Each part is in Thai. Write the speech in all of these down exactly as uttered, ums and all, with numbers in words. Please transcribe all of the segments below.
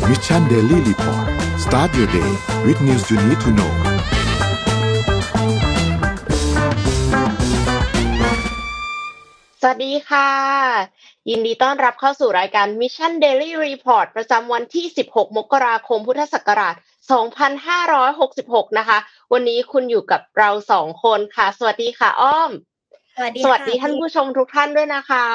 Mission Daily Report start your day with news you need to know สวัสดีค่ะยินดีต้อนรับเข้าสู่รายการ Mission Daily Report ประจำวันที่สิบหกมกราคมพุทธศักราชสองพันห้าร้อยหกสิบหกนะคะวันนี้คุณอยู่กับเราสองคนค่ะสวัสดีค่ะอ้อมสวัสดีสวัสดีท่านผู้ชมทุกท่านด้วยนะคะ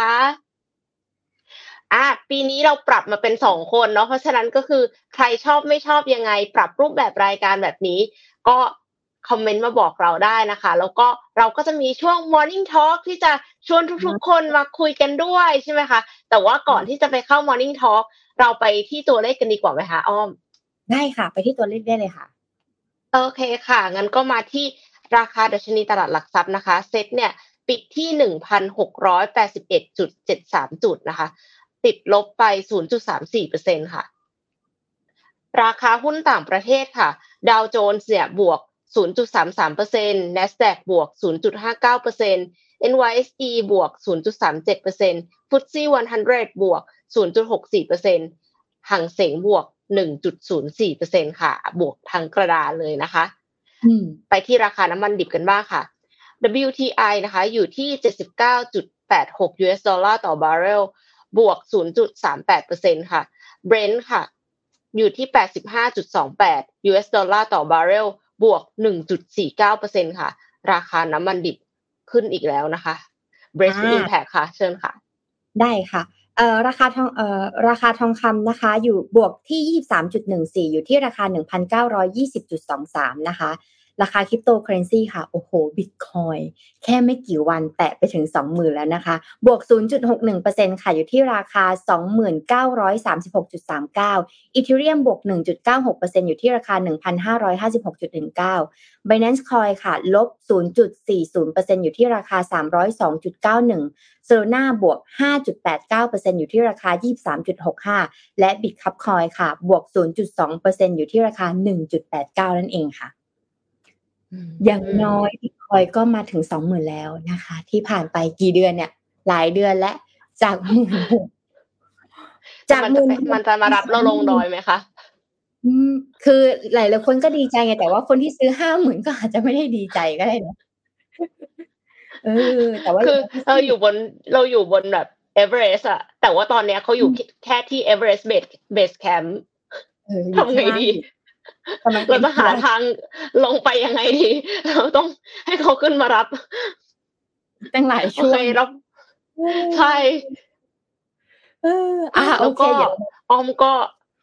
อ่ะปีนี้เราปรับมาเป็นสองคนเนาะเพราะฉะนั้นก็คือใครชอบไม่ชอบยังไงปรับรูปแบบรายการแบบนี้ก็คอมเมนต์มาบอกเราได้นะคะแล้วก็เราก็จะมีช่วง Morning Talk ที่จะชวนทุกๆคนมาคุยกันด้วยใช่ไหมคะแต่ว่าก่อนที่จะไปเข้า Morning Talk เราไปที่ตัวเลขกันดีกว่าไหมคะอ้อมได้ค่ะไปที่ตัวเลขได้เลยค่ะโอเคค่ะงั้นก็มาที่ราคาดัชนีตลาดหลักทรัพย์นะคะเซ็ตเนี่ยปิดที่ หนึ่งพันหกร้อยแปดสิบเอ็ดจุดเจ็ดสาม จุดนะคะติดลบไป ศูนย์จุดสามสี่เปอร์เซ็นต์ ค่ะราคาหุ้นต่างประเทศค่ะดาวโจนส์เนี่ยบวก ศูนย์จุดสามสามเปอร์เซ็นต์ NASDAQ บวก ศูนย์จุดห้าเก้าเปอร์เซ็นต์ เอ็น วาย เอส อี บวก ศูนย์จุดสามเจ็ดเปอร์เซ็นต์ เอฟ ที เอ เอส อี หนึ่งร้อย บวก ศูนย์จุดหกสี่เปอร์เซ็นต์ หังเส็งบวก หนึ่งจุดศูนย์สี่เปอร์เซ็นต์ ค่ะบวกทั้งกระดานเลยนะคะอืมไปที่ราคาน้ำมันดิบกันบ้างค่ะ ดับเบิลยู ที ไอ นะคะอยู่ที่ เจ็ดสิบเก้าจุดแปดหก ยู เอส ดอลลาร์ต่อบาร์เรลบวก ศูนย์จุดสามแปดเปอร์เซ็นต์ ค่ะ Brent ค่ะอยู่ที่ แปดสิบห้าจุดสองแปด ยู เอส ดอลลาร์ต่อบาร์เรลบวก หนึ่งจุดสี่เก้าเปอร์เซ็นต์ ค่ะราคาน้ำมันดิบขึ้นอีกแล้วนะคะ Brent Impact ค่ะเชิญค่ะได้ค่ะเอ่อราคาทองเอ่อราคาทองคำนะคะอยู่บวกที่ ยี่สิบสามจุดหนึ่งสี่ อยู่ที่ราคา หนึ่งพันเก้าร้อยยี่สิบจุดสองสาม นะคะราคาคริปโตเคอเรนซีค่ะโอ้โห Bitcoin แค่ไม่กี่วันแตะไปถึง สองหมื่น แล้วนะคะบวก ศูนย์จุดหกหนึ่งเปอร์เซ็นต์ ค่ะอยู่ที่ราคา สองพันเก้าร้อยสามสิบหกจุดสามเก้า Ethereum บวก หนึ่งจุดเก้าหกเปอร์เซ็นต์ อยู่ที่ราคา หนึ่งพันห้าร้อยห้าสิบหกจุดหนึ่งเก้า Binance Coin ค่ะลบ ศูนย์จุดสี่ศูนย์เปอร์เซ็นต์ อยู่ที่ราคา สามร้อยสองจุดเก้าหนึ่ง Solana บวก ห้าจุดแปดเก้าเปอร์เซ็นต์ อยู่ที่ราคา ยี่สิบสามจุดหกห้า และ Bitcup Coin ค่ะบวก ศูนย์จุดสองเปอร์เซ็นต์ อยู่ที่ราคา หนึ่งจุดแปดเก้า นั่นเองค่ะอย่างน้อย Bitcoin ก็มาถึง สองหมื่น แล้วนะคะที่ผ่านไปกี่เดือนเนี่ยหลายเดือนและจาก หมื่นหกจากมันจะมันจะมารับเราลงดอยไหมคะอืมคือหลายๆคนก็ดีใจไงแต่ว่าคนที่ซื้อ ห้าหมื่น ก็อาจจะไม่ได้ดีใจก็ได้นะเออแต่ว่าคือเราอยู่บนเราอยู่บนแบบเอเวอเรสต์อะแต่ว่าตอนเนี้ยเขาอยู่แค่ที่เอเวอเรสต์เบสเบสแคมป์ทำไงดีเราจะหาทางลงไปยังไงดีเราต้องให้เขาขึ้นมารับตั้งหลายช่วงรับใช่เอออ่ะโอเคออมก็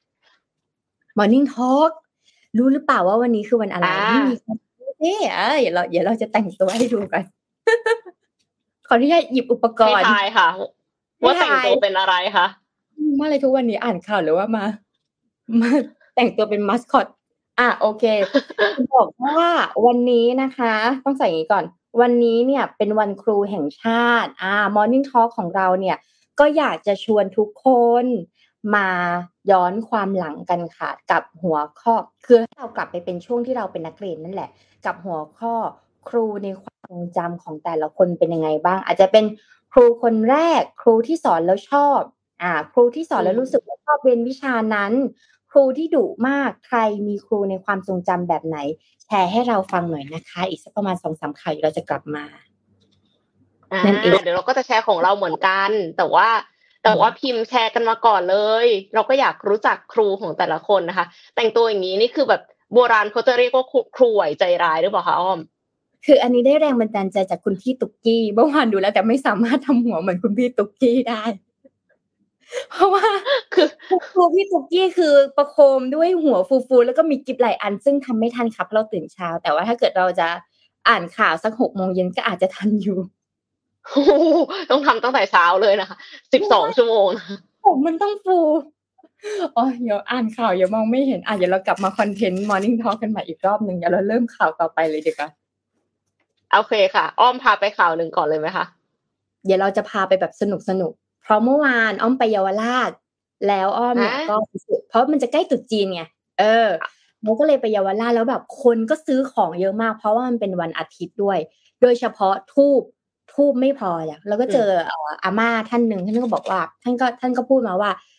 Morning Talk รู้หรือเปล่าว่าวันนี้คือวันอะไรไม่มีเอ๊ะเดี๋ยวเราเดี๋ยวเราจะแต่งตัวให้ดูกันขออนุญาตหยิบอุปกรณ์ให้ทายค่ะว่าแต่งตัวเป็นอะไรคะมาเลยทุกวันนี้อ่านข่าวหรือว่ามามาแต่งตัวเป็นมัสคอตอ่ะโอเคบอกว่าวันนี้นะคะต้องใส่อย่างนี้ก่อนวันนี้เนี่ยเป็นวันครูแห่งชาติอ่า Morning Talk ของเราเนี่ยก็อยากจะชวนทุกคนมาย้อนความหลังกันค่ะกับหัวข้อคือเรากลับไปเป็นช่วงที่เราเป็นนักเรียนนั่นแหละกับหัวข้อครูในความทรงจำของแต่ละคนเป็นยังไงบ้างอาจจะเป็นครูคนแรกครูที่สอนแล้วชอบอ่าครูที่สอนแล้วรู้สึกว่าชอบเรียนวิชานั้นครูที่ดุมากใครมีครูในความทรงจำแบบไหนแชร์ให้เราฟังหน่อยนะคะอีกสักประมาณ สองสาม ข่าวเราจะกลับมาอ่าเดี๋ยวเราก็จะแชร์ของเราเหมือนกันแต่ว่าแต่ว่าพิมพ์แชร์กันมาก่อนเลยเราก็อยากรู้จักครูของแต่ละคนนะคะแต่งตัวอย่างนี้นี่คือแบบโบราณเขาจะเรียกว่าครูไหวใจร้ายหรือเปล่าคะอ้อมคืออันนี้ได้แรงบันดาลใจจากคุณพี่ตุ๊กกี้เมื่อวานดูแล้วแต่ไม่สามารถทำหัวเหมือนคุณพี่ตุ๊กกี้ได้เพราะว่าคือครูพี่ตุ๊กกี้คือประโคมด้วยหัวฟูๆแล้วก็มีกิ๊บหลายอันซึ่งทำไม่ทันครับเราตื่นเช้าแต่ว่าถ้าเกิดเราจะอ่านข่าวสัก หกโมงเย็นก็อาจจะทันอยู่ต้องทำตั้งแต่เช้าเลยนะคะสิบสองชั่วโมงผมมันต้องฟูอ๋อเดี๋ยวอ่านข่าวเดี๋ยวมองไม่เห็นอ่ะเดี๋ยวเรากลับมาคอนเทนต์ Morning Talk กันใหม่อีกรอบนึงเดี๋ยวเราเริ่มข่าวต่อไปเลยดีกว่าโอเคค่ะอ้อมพาไปข่าวนึงก่อนเลยไหมคะเดี๋ยวเราจะพาไปแบบสนุกๆเพราะเมื่อวานอ้อมไปเยาวราชแล้วอ้อมเนี่ยก็เพราะมันจะใกล้ตรุษจีนไงเออเราก็เลยไปเยาวราชแล้วแบบคนก็ซื้อของเยอะมากเพราะว่ามันเป็นวันอาทิตย์ด้วยโดยเฉพาะธูปทูบไม่พอจ้ะแล้วก็เจอเอ่ออาม่าท่านนึงท่านก็บอกว่าท่านก็ท่านก็พูดมาว่า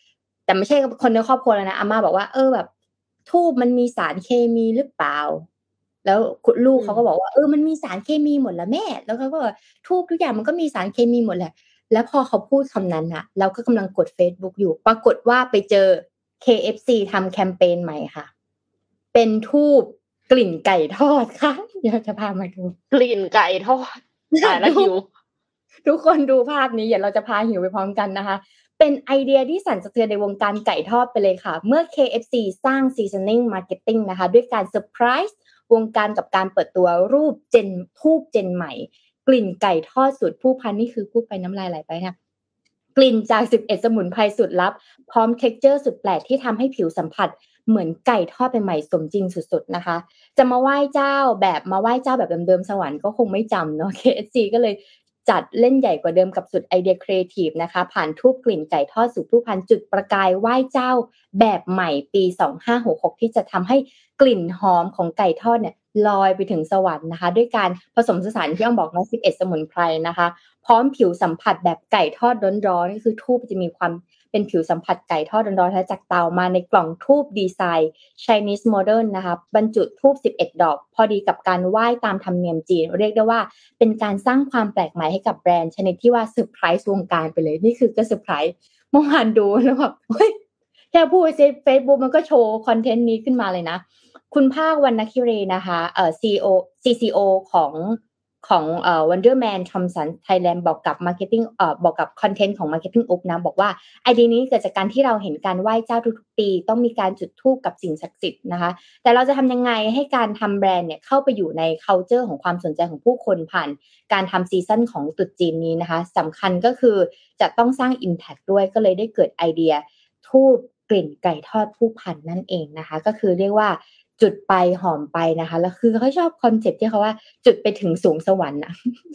แต่ไม่ใช่คนในครอบครัวแล้วนะอาม่าบอกว่าเออแบบธูปมันมีสารเคมีหรือเปล่าแล้วคุณลูกเขาก็บอกว่าเออมันมีสารเคมีหมดแล้วแม่แล้วเขาก็บอกธูปทุกอย่างมันก็มีสารเคมีหมดแหละแล้วพอเขาพูดคำนั้นน่ะเราก็กำลังกด Facebook อยู่ปรากฏว่าไปเจอ เค เอฟ ซี ทำแคมเปญใหม่ค่ะเป็นธูปกลิ่นไก่ทอดค่ะเดี๋ยวจะพามาดูกลิ่นไก่ทอดตายแล้วหิวทุกคนดูภาพนี้เดี๋ยวเราจะพาหิวไปพร้อมกันนะคะเป็นไอเดียที่สั่นสะเทือนในวงการไก่ทอดไปเลยค่ะเมื่อ เค เอฟ ซี สร้าง seasoning marketing นะคะด้วยการเซอร์ไพรส์วงการกับการเปิดตัวรูปเจนทูบเจนใหม่กลิ่นไก่ทอดสูตรผู้พันนี่คือพูดไปน้ำลายไหลไปนะกลิ่นจากสิบเอ็ดสมุนไพรสุดลับพร้อมเท็กเจอร์สุดแปลกที่ทำให้ผิวสัมผัสเหมือนไก่ทอดใหม่ๆสมจริงสุดๆนะคะจะมาไหว้เจ้าแบบมาไหว้เจ้าแบบเดิมๆสวรรค์ก็คงไม่จำเนาะ เค เอฟ ซี ก็เลยจัดเล่นใหญ่กว่าเดิมกับสุดไอเดียครีเอทีฟนะคะผ่านทูบกลิ่นไก่ทอดสูตรผู้พันจุดประกายไหว้เจ้าแบบใหม่ปีสองพันห้าร้อยหกสิบหกที่จะทำให้กลิ่นหอมของไก่ทอดเนี่ยลอยไปถึงสวรรค์นะคะด้วยการผสมผสานที่อ้อมบอกนะสิบเอ็ดสมุนไพรนะคะพร้อมผิวสัมผัสแบบไก่ทอดร้อนๆนี่คือทูบจะมีความเป็นผิวสัมผัสไก่ทอดร้อนๆและจากเตามาในกล่องทูบดีไซน์ Chinese Modern นะคะบรรจุทูบสิบเอ็ดดอกพอดีกับการไหว้ตามธรรมเนียมจีนเรียกได้ว่าเป็นการสร้างความแปลกใหม่ให้กับแบรนด์ชนิดที่ว่าเซอร์ไพรส์วงการไปเลยนี่คือก็เซอร์ไพรส์เมื่อวานดูแล้วแบบเฮ้ยแค่พูดใน Facebook มันก็โชว์คอนเทนต์นี้ขึ้นมาเลยนะคุณภาควรรณคิรีนะคะเอ่อ ซี อี โอ ซี ซี โอ ของของเอ่อ Wonderman Thompson Thailand บอกกับ Marketing เอ่อบอกกับคอนเทนต์ของ Marketing Up นะบอกว่าไอเดียนี้เกิดจากการที่เราเห็นการไหว้เจ้าทุกๆปีต้องมีการจุดธูปกับสิ่งศักดิ์สิทธิ์นะคะแต่เราจะทำยังไงให้การทำแบรนด์เนี่ยเข้าไปอยู่ใน culture ของความสนใจของผู้คนผ่านการทำซีซั่นของตรุษจีนนี้นะคะสำคัญก็คือจะต้องสร้าง impact ด้วยก็เลยได้เกิดไอเดียธูปกลิ่นไก่ทอดผู้พันนั่นเองนะคะก็คือเรียกว่าจุดไปหอมไปนะคะแล้วคือเขาชอบคอนเซ็ปต์ที่เขาว่าจุดไปถึงสูงสวรรค์นะ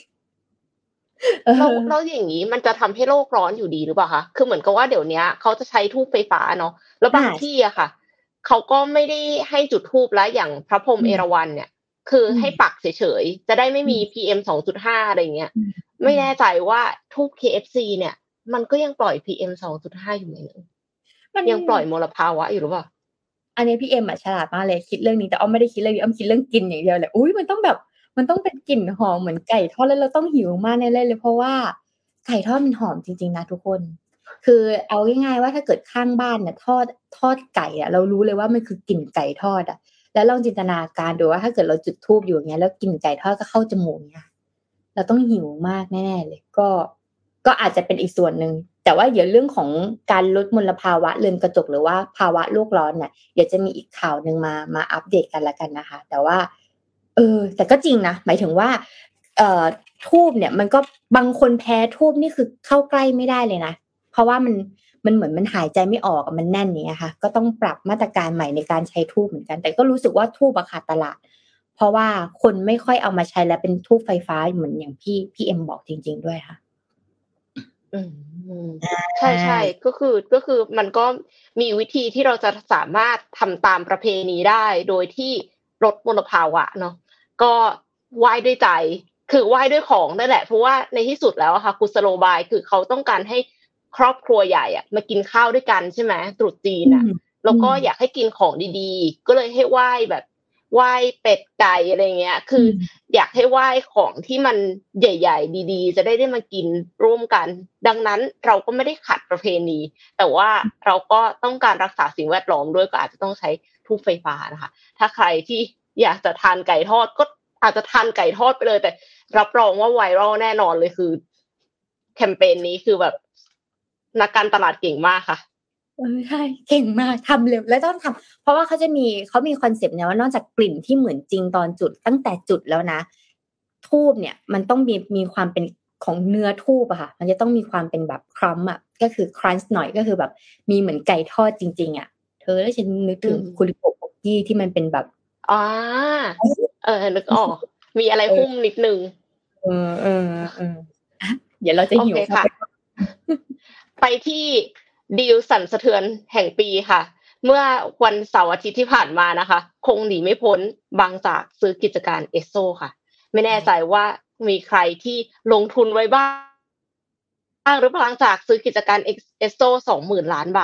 เราเราอย่างนี้มันจะทำให้โลกร้อนอยู่ดีหรือเปล่าคะคือเหมือนกับว่าเดี๋ยวนี้เขาจะใช้ธูปไฟฟ้าเนาะแล้วบางที่อะค่ะเขาก็ไม่ได้ให้จุดธูปแล้วอย่างพระพรหมเอราวัณเนี่ยคือให้ปักเฉยๆจะได้ไม่มี พี เอ็ม สองจุดห้า อะไรเงี้ยไม่แน่ใจว่าธูป เค เอฟ ซี เนี่ยมันก็ยังปล่อย พี เอ็ม สองจุดห้า อยู่ไหมยังปล่อยมลภาวะอยู่หรือเปล่าอันนี้พี่เอ็มอ่ะฉลาดมากเลยคิดเรื่องนี้แต่อ้อมไม่ได้คิดเรื่องนี้อ้อมคิดเรื่องกินอย่างเดียวเลยอุ้ยมันต้องแบบมันต้องเป็นกลิ่นหอมเหมือนไก่ทอดแล้วเราต้องหิวมากแน่เลยเลยเพราะว่าไก่ทอดมันหอมจริงๆนะทุกคนคือเอาง่ายๆว่าถ้าเกิดข้างบ้านเนี่ยทอดทอดไก่อ่ะเรารู้เลยว่ามันคือกลิ่นไก่ทอดอ่ะแล้วลองจินตนาการดูว่าถ้าเกิดเราจุดธูปอยู่อย่างเงี้ยแล้วกลิ่นไก่ทอดก็เข้าจมูกเนี่ยเราต้องหิวมากแน่ๆเลยก็ก็อาจจะเป็นอีกส่วนนึงแต่ว่าเดี๋ยวเรื่องของการลดมลภาวะเรือนกระจกหรือว่าภาวะโลกร้อนเนี่ยเดี๋ยวจะมีอีกข่าวนึงมามาอัปเดตกันละกันนะคะแต่ว่าเออแต่ก็จริงนะหมายถึงว่าเอ่อธูปเนี่ยมันก็บางคนแพ้ธูปนี่คือเข้าใกล้ไม่ได้เลยนะเพราะว่ามันมันเหมือนมันหายใจไม่ออกมันแน่นอย่างเงี้ยค่ะก็ต้องปรับมาตรการใหม่ในการใช้ธูปเหมือนกันแต่ก็รู้สึกว่าธูปอะขาดตลาดเพราะว่าคนไม่ค่อยเอามาใช้แล้วเป็นธูปไฟฟ้าเหมือนอย่างพี่พี่เอ็มบอกจริงๆด้วยค่ะอืมใช่ๆก็คือก็คือมันก็มีวิธีที่เราจะสามารถทำตามประเพณีได้โดยที่ลดมลภาวะเนาะก็ไหว้ด้วยใจคือไหว้ด้วยของนั่นแหละเพราะว่าในที่สุดแล้วอะค่ะกุศโลบายคือเขาต้องการให้ครอบครัวใหญ่อะมากินข้าวด้วยกันใช่ไหมตรุษจีนอะแล้วก็อยากให้กินของดีๆก็เลยให้ไหว้แบบไหว้เป็ดไก่อะไรเงี้ยคืออยากให้ไหว้ของที่มันใหญ่ๆดีๆจะได้ได้มากินร่วมกันดังนั้นเราก็ไม่ได้ขัดประเพณีแต่ว่าเราก็ต้องการรักษาสิ่งแวดล้อมด้วยก็อาจจะต้องใช้ธูปไฟฟ้านะคะถ้าใครที่อยากจะทานไก่ทอดก็อาจจะทานไก่ทอดไปเลยแต่รับรองว่าไวรัลแน่นอนเลยคือแคมเปญนี้คือแบบนักการตลาดเก่งมากค่ะเออใช่เก่งมากทำเร็วแล้วต้องทำเพราะว่าเขาจะมีเขามีคอนเซปต์เนี่ยว่านอกจากกลิ่นที่เหมือนจริงตอนจุดตั้งแต่จุดแล้วนะธูปเนี่ยมันต้องมีมีความเป็นของเนื้อธูปอะค่ะมันจะต้องมีความเป็นแบบครัมอะก็คือครันช์หน่อยก็คือแบบมีเหมือนไก่ทอดจริงๆอะเธอแล้วฉันนึกถึงคุริโกะคุกกี้ที่มันเป็นแบบอ๋อเออนึกออกมีอะไรหุ้มนิดนึงเออเออเออเดี๋ยวเราจะหิวค่ะไปที่ดีลสั่นสะเทือนแห่งปีค่ะเมื่อวันเสาร์อาทิตย์ที่ผ่านมานะคะคงหนีไม่พ้นบางจากซื้อกิจการเอสโซค่ะไม่แน่ใจว่ามีใครที่ลงทุนไว้บ้างหรือเปล่าหลังจากซื้อกิจการเอสโซ สองหมื่น ล้านบาทเนี่ย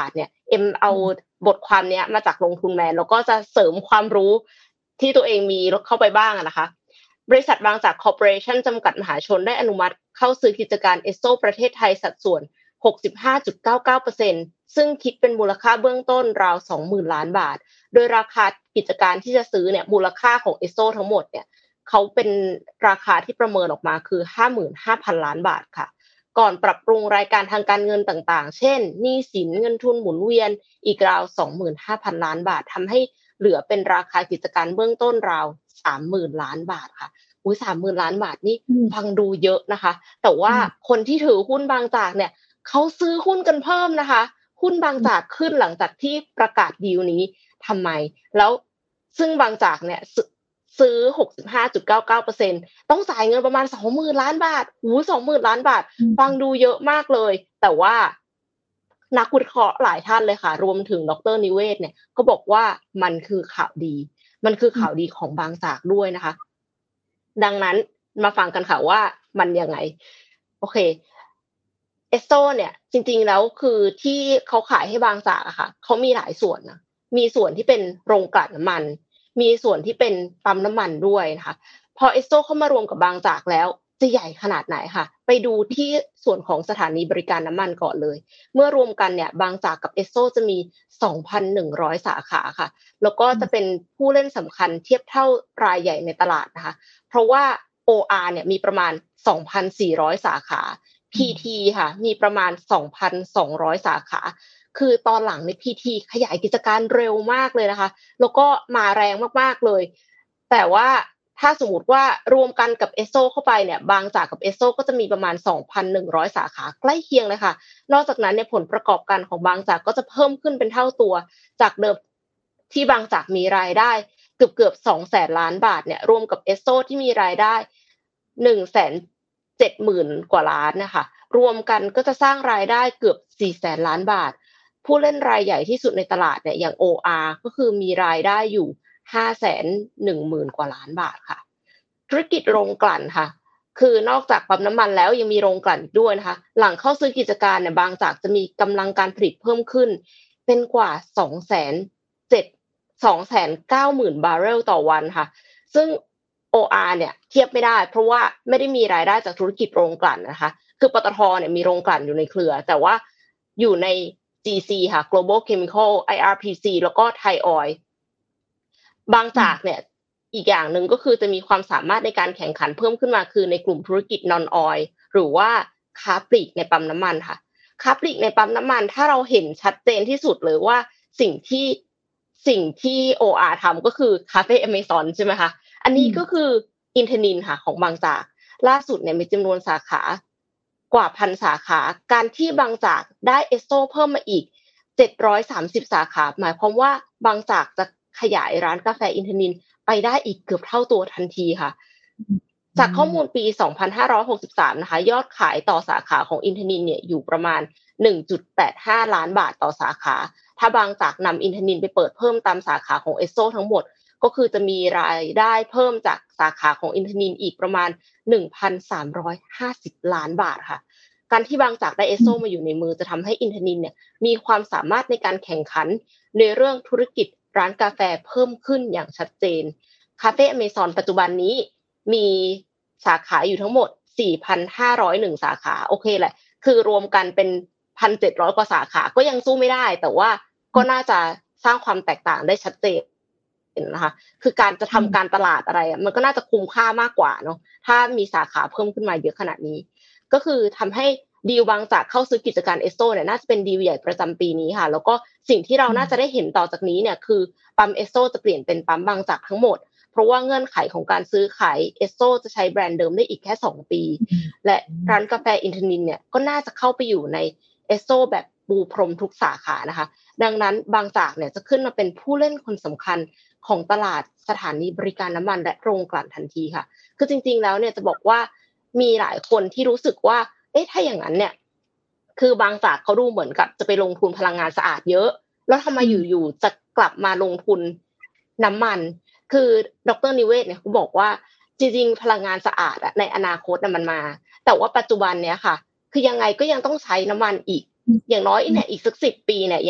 เอ็มเอาบทความเนี้ยมาจากลงทุนแมนแล้วก็จะเสริมความรู้ที่ตัวเองมีเข้าไปบ้างนะคะบริษัทบางจากคอร์ปอเรชั่นจำกัดมหาชนได้อนุมัติเข้าซื้อกิจการเอสโซประเทศไทยสัดส่วน หกสิบห้าจุดเก้าเก้าเปอร์เซ็นต์ ซึ่งคิดเป็นมูลค่าเบื้องต้นราว สองหมื่น ล้านบาทโดยราคากิจการที่จะซื้อเนี่ยมูลค่าของเอสโซทั้งหมดเนี่ยเขาเป็นราคาที่ประเมินออกมาคือ ห้าหมื่นห้าพัน ล้านบาทค่ะก่อนปรับปรุงรายการทางการเงินต่างๆเช่นหนี้สินเงินทุนหมุนเวียนอีกราว สองหมื่นห้าพัน ล้านบาททำให้เหลือเป็นราคากิจการเบื้องต้นราว สามหมื่น ล้านบาทค่ะอุ้ย สามหมื่น ล้านบาทนี่ฟังดูเยอะนะคะแต่ว่าคนที่ถือหุ้นบางจากเนี่ยเขาซื้อหุ้นกันเพิ่มนะคะหุ้นบางจากขึ้นหลังจากที่ประกาศดีลนี้ทำไมแล้วซึ่งบางจากเนี่ยซื้อ หกสิบห้าจุดเก้าเก้าเปอร์เซ็นต์ ต้องจ่ายเงินประมาณ สองหมื่น ล้านบาทโอ้โห สองหมื่น ล้านบาทฟังดูเยอะมากเลยแต่ว่านักวิเคราะห์หลายท่านเลยค่ะรวมถึงดร.นิเวศน์เนี่ยก็บอกว่ามันคือข่าวดีมันคือข่าวดีของบางจากด้วยนะคะดังนั้นมาฟังกันค่ะว่ามันยังไงโอเคเอสโซเนี่ยจริงๆแล้วคือที่เขาขายให้บางจากอะค่ะเขามีหลายส่วนนะมีส่วนที่เป็นโรงกลั่นน้ำมันมีส่วนที่เป็นปั๊มน้ำมันด้วยนะคะพอเอสโซเข้ามารวมกับบางจากแล้วจะใหญ่ขนาดไหนค่ะไปดูที่ส่วนของสถานีบริการน้ำมันก่อนเลยเมื่อรวมกันเนี่ยบางจากกับเอสโซจะมี สองพันหนึ่งร้อย สาขาค่ะแล้วก็จะเป็นผู้เล่นสำคัญเทียบเท่ารายใหญ่ในตลาดนะคะเพราะว่า โอ อาร์ เนี่ยมีประมาณ สองพันสี่ร้อย สาขา พี ที ค่ะมีประมาณ สองพันสองร้อย สาขาคือตอนหลังใน พี ที ขยายกิจการเร็วมากเลยนะคะแล้วก็มาแรงมากๆเลยแต่ว่าถ้าสมมุติว่ารวมกันกับเอสโซเข้าไปเนี่ยบางจากกับเอสโซก็จะมีประมาณ สองพันหนึ่งร้อย สาขาใกล้เคียงเลยค่ะนอกจากนั้นเนี่ยผลประกอบการของบางจากก็จะเพิ่มขึ้นเป็นเท่าตัวจากเดิมที่บางจากมีรายได้เกือบๆ สองแสน ล้านบาทเนี่ยรวมกับเอสโซที่มีรายได้ หนึ่งแสนเจ็ดหมื่น กว่าล้านนะคะรวมกันก็จะสร้างรายได้เกือบ สี่แสน ล้านบาทผู้เล่นรายใหญ่ที่สุดในตลาดเนี่ยอย่าง โอ อาร์ ก็คือมีรายได้อยู่ ห้าแสนหนึ่งหมื่น กว่าล้านบาทค่ะธุรกิจโรงกลั่นค่ะคือนอกจากปั๊มน้ำมันแล้วยังมีโรงกลั่นด้วยนะคะหลังเข้าซื้อกิจการเนี่ยบางจากจะมีกำลังการผลิตเพิ่มขึ้นเป็นกว่า สองแสนเจ็ด สองแสนเก้าหมื่น บาร์เรลต่อวันค่ะซึ่ง โอ อาร์ เนี่ยเทียบไม่ได้เพราะว่าไม่ได้มีรายได้จากธุรกิจโรงกลั่นนะคะคือปตท.เนี่ยมีโรงกลั่นอยู่ในเครือแต่ว่าอยู่ใน จี ซี ค่ะ Global Chemical ไอ อาร์ พี ซี แล้วก็ Thai Oil บางจากเนี่ยอีกอย่างหนึ่งก็คือจะมีความสามารถในการแข่งขันเพิ่มขึ้นมาคือในกลุ่มธุรกิจ non oil หรือว่าค้าปลีกในปั๊มน้ำมันค่ะค้าปลีกในปั๊มน้ำมันถ้าเราเห็นชัดเจนที่สุดเลยว่าสิ่งที่สิ่งที่ โอ อาร์ ทำก็คือคาเฟ่ Amazon ใช่ไหมคะอันนี้ก็คืออินเทนินค่ะของบางจากล่าสุดเนี่ยมีจำนวนสาขากว่าพันสาขาการที่บางจากได้เอสโซเพิ่มมาอีกเจ็ดร้อยสามสิบสาขาหมายความว่าบางจากจะขยายร้านกาแฟอินเทนินไปได้อีกเกือบเท่าตัวทันทีค่ะจากข้อมูลปีสองพันห้าร้อยหกสิบสามนะคะยอดขายต่อสาขาของอินเทนินเนี่ยอยู่ประมาณ หนึ่งจุดแปดห้า ล้านบาทต่อสาขาถ้าบางจากนำอินเทนินไปเปิดเพิ่มตามสาขาของเอสโซทั้งหมดก็คือจะมีรายได้เพิ่มจากสาขาของอินเทนินอีกประมาณ หนึ่งพันสามร้อยห้าสิบ ล้านบาทค่ะการที่บางจากได้เอสโซมาอยู่ในมือจะทำให้อินเทนินเนี่ยมีความสามารถในการแข่งขันในเรื่องธุรกิจร้านกาแฟเพิ่มขึ้นอย่างชัดเจนคาเฟ่ Amazon ปัจจุบันนี้มีสาขาอยู่ทั้งหมด สี่พันห้าร้อยเอ็ด สาขาโอเคแหละคือรวมกันเป็น หนึ่งพันเจ็ดร้อย กว่าสาขาก็ยังสู้ไม่ได้แต่ว่าก็น่าจะสร้างความแตกต่างได้ชัดเจนนะคะคือการจะทำการตลาดอะไรมันก็น่าจะคุ้มค่ามากกว่าเนาะถ้ามีสาขาเพิ่มขึ้นมาเยอะขนาดนี้ก็คือทำให้ดีลบางจากเข้าซื้อกิจการเอสโซเนี่ยน่าจะเป็นดีลใหญ่ประจำปีนี้ค่ะแล้วก็สิ่งที่เราน่าจะได้เห็นต่อจากนี้เนี่ยคือปั๊มเอสโซจะเปลี่ยนเป็นปั๊มบางจากทั้งหมดเพราะว่าเงื่อนไขของการซื้อขายเอสโซจะใช้แบรนด์เดิมได้อีกแค่สองปีและร้านกาแฟอินเทนินเนี่ยก็น่าจะเข้าไปอยู่ในเอสโซแบบปูพรมทุกสาขานะคะดังนั้นบางจากเนี่ยจะขึ้นมาเป็นผู้เล่นคนสำคัญของตลาดสถานีบริการน้ำมันและโรงกลั่นทันทีค่ะคือจริงๆแล้วเนี่ยจะบอกว่ามีหลายคนที่รู้สึกว่าเอ๊ะถ้าอย่างนั้นเนี่ยคือบางจากเขาดูเหมือนกับจะไปลงทุนพลังงานสะอาดเยอะแล้วทำไมอยู่ๆจะกลับมาลงทุนน้ำมันคือดร.นิเวศน์เนี่ยเขาบอกว่าจริงๆพลังงานสะอาดในอนาคตน่ะมันมาแต่ว่าปัจจุบันเนี้ยค่ะคือยังไงก็ยังต้องใช้น้ำมันอีกอย่างน้อยเนี่ยอีกสักสิบปีเนี่ยยัง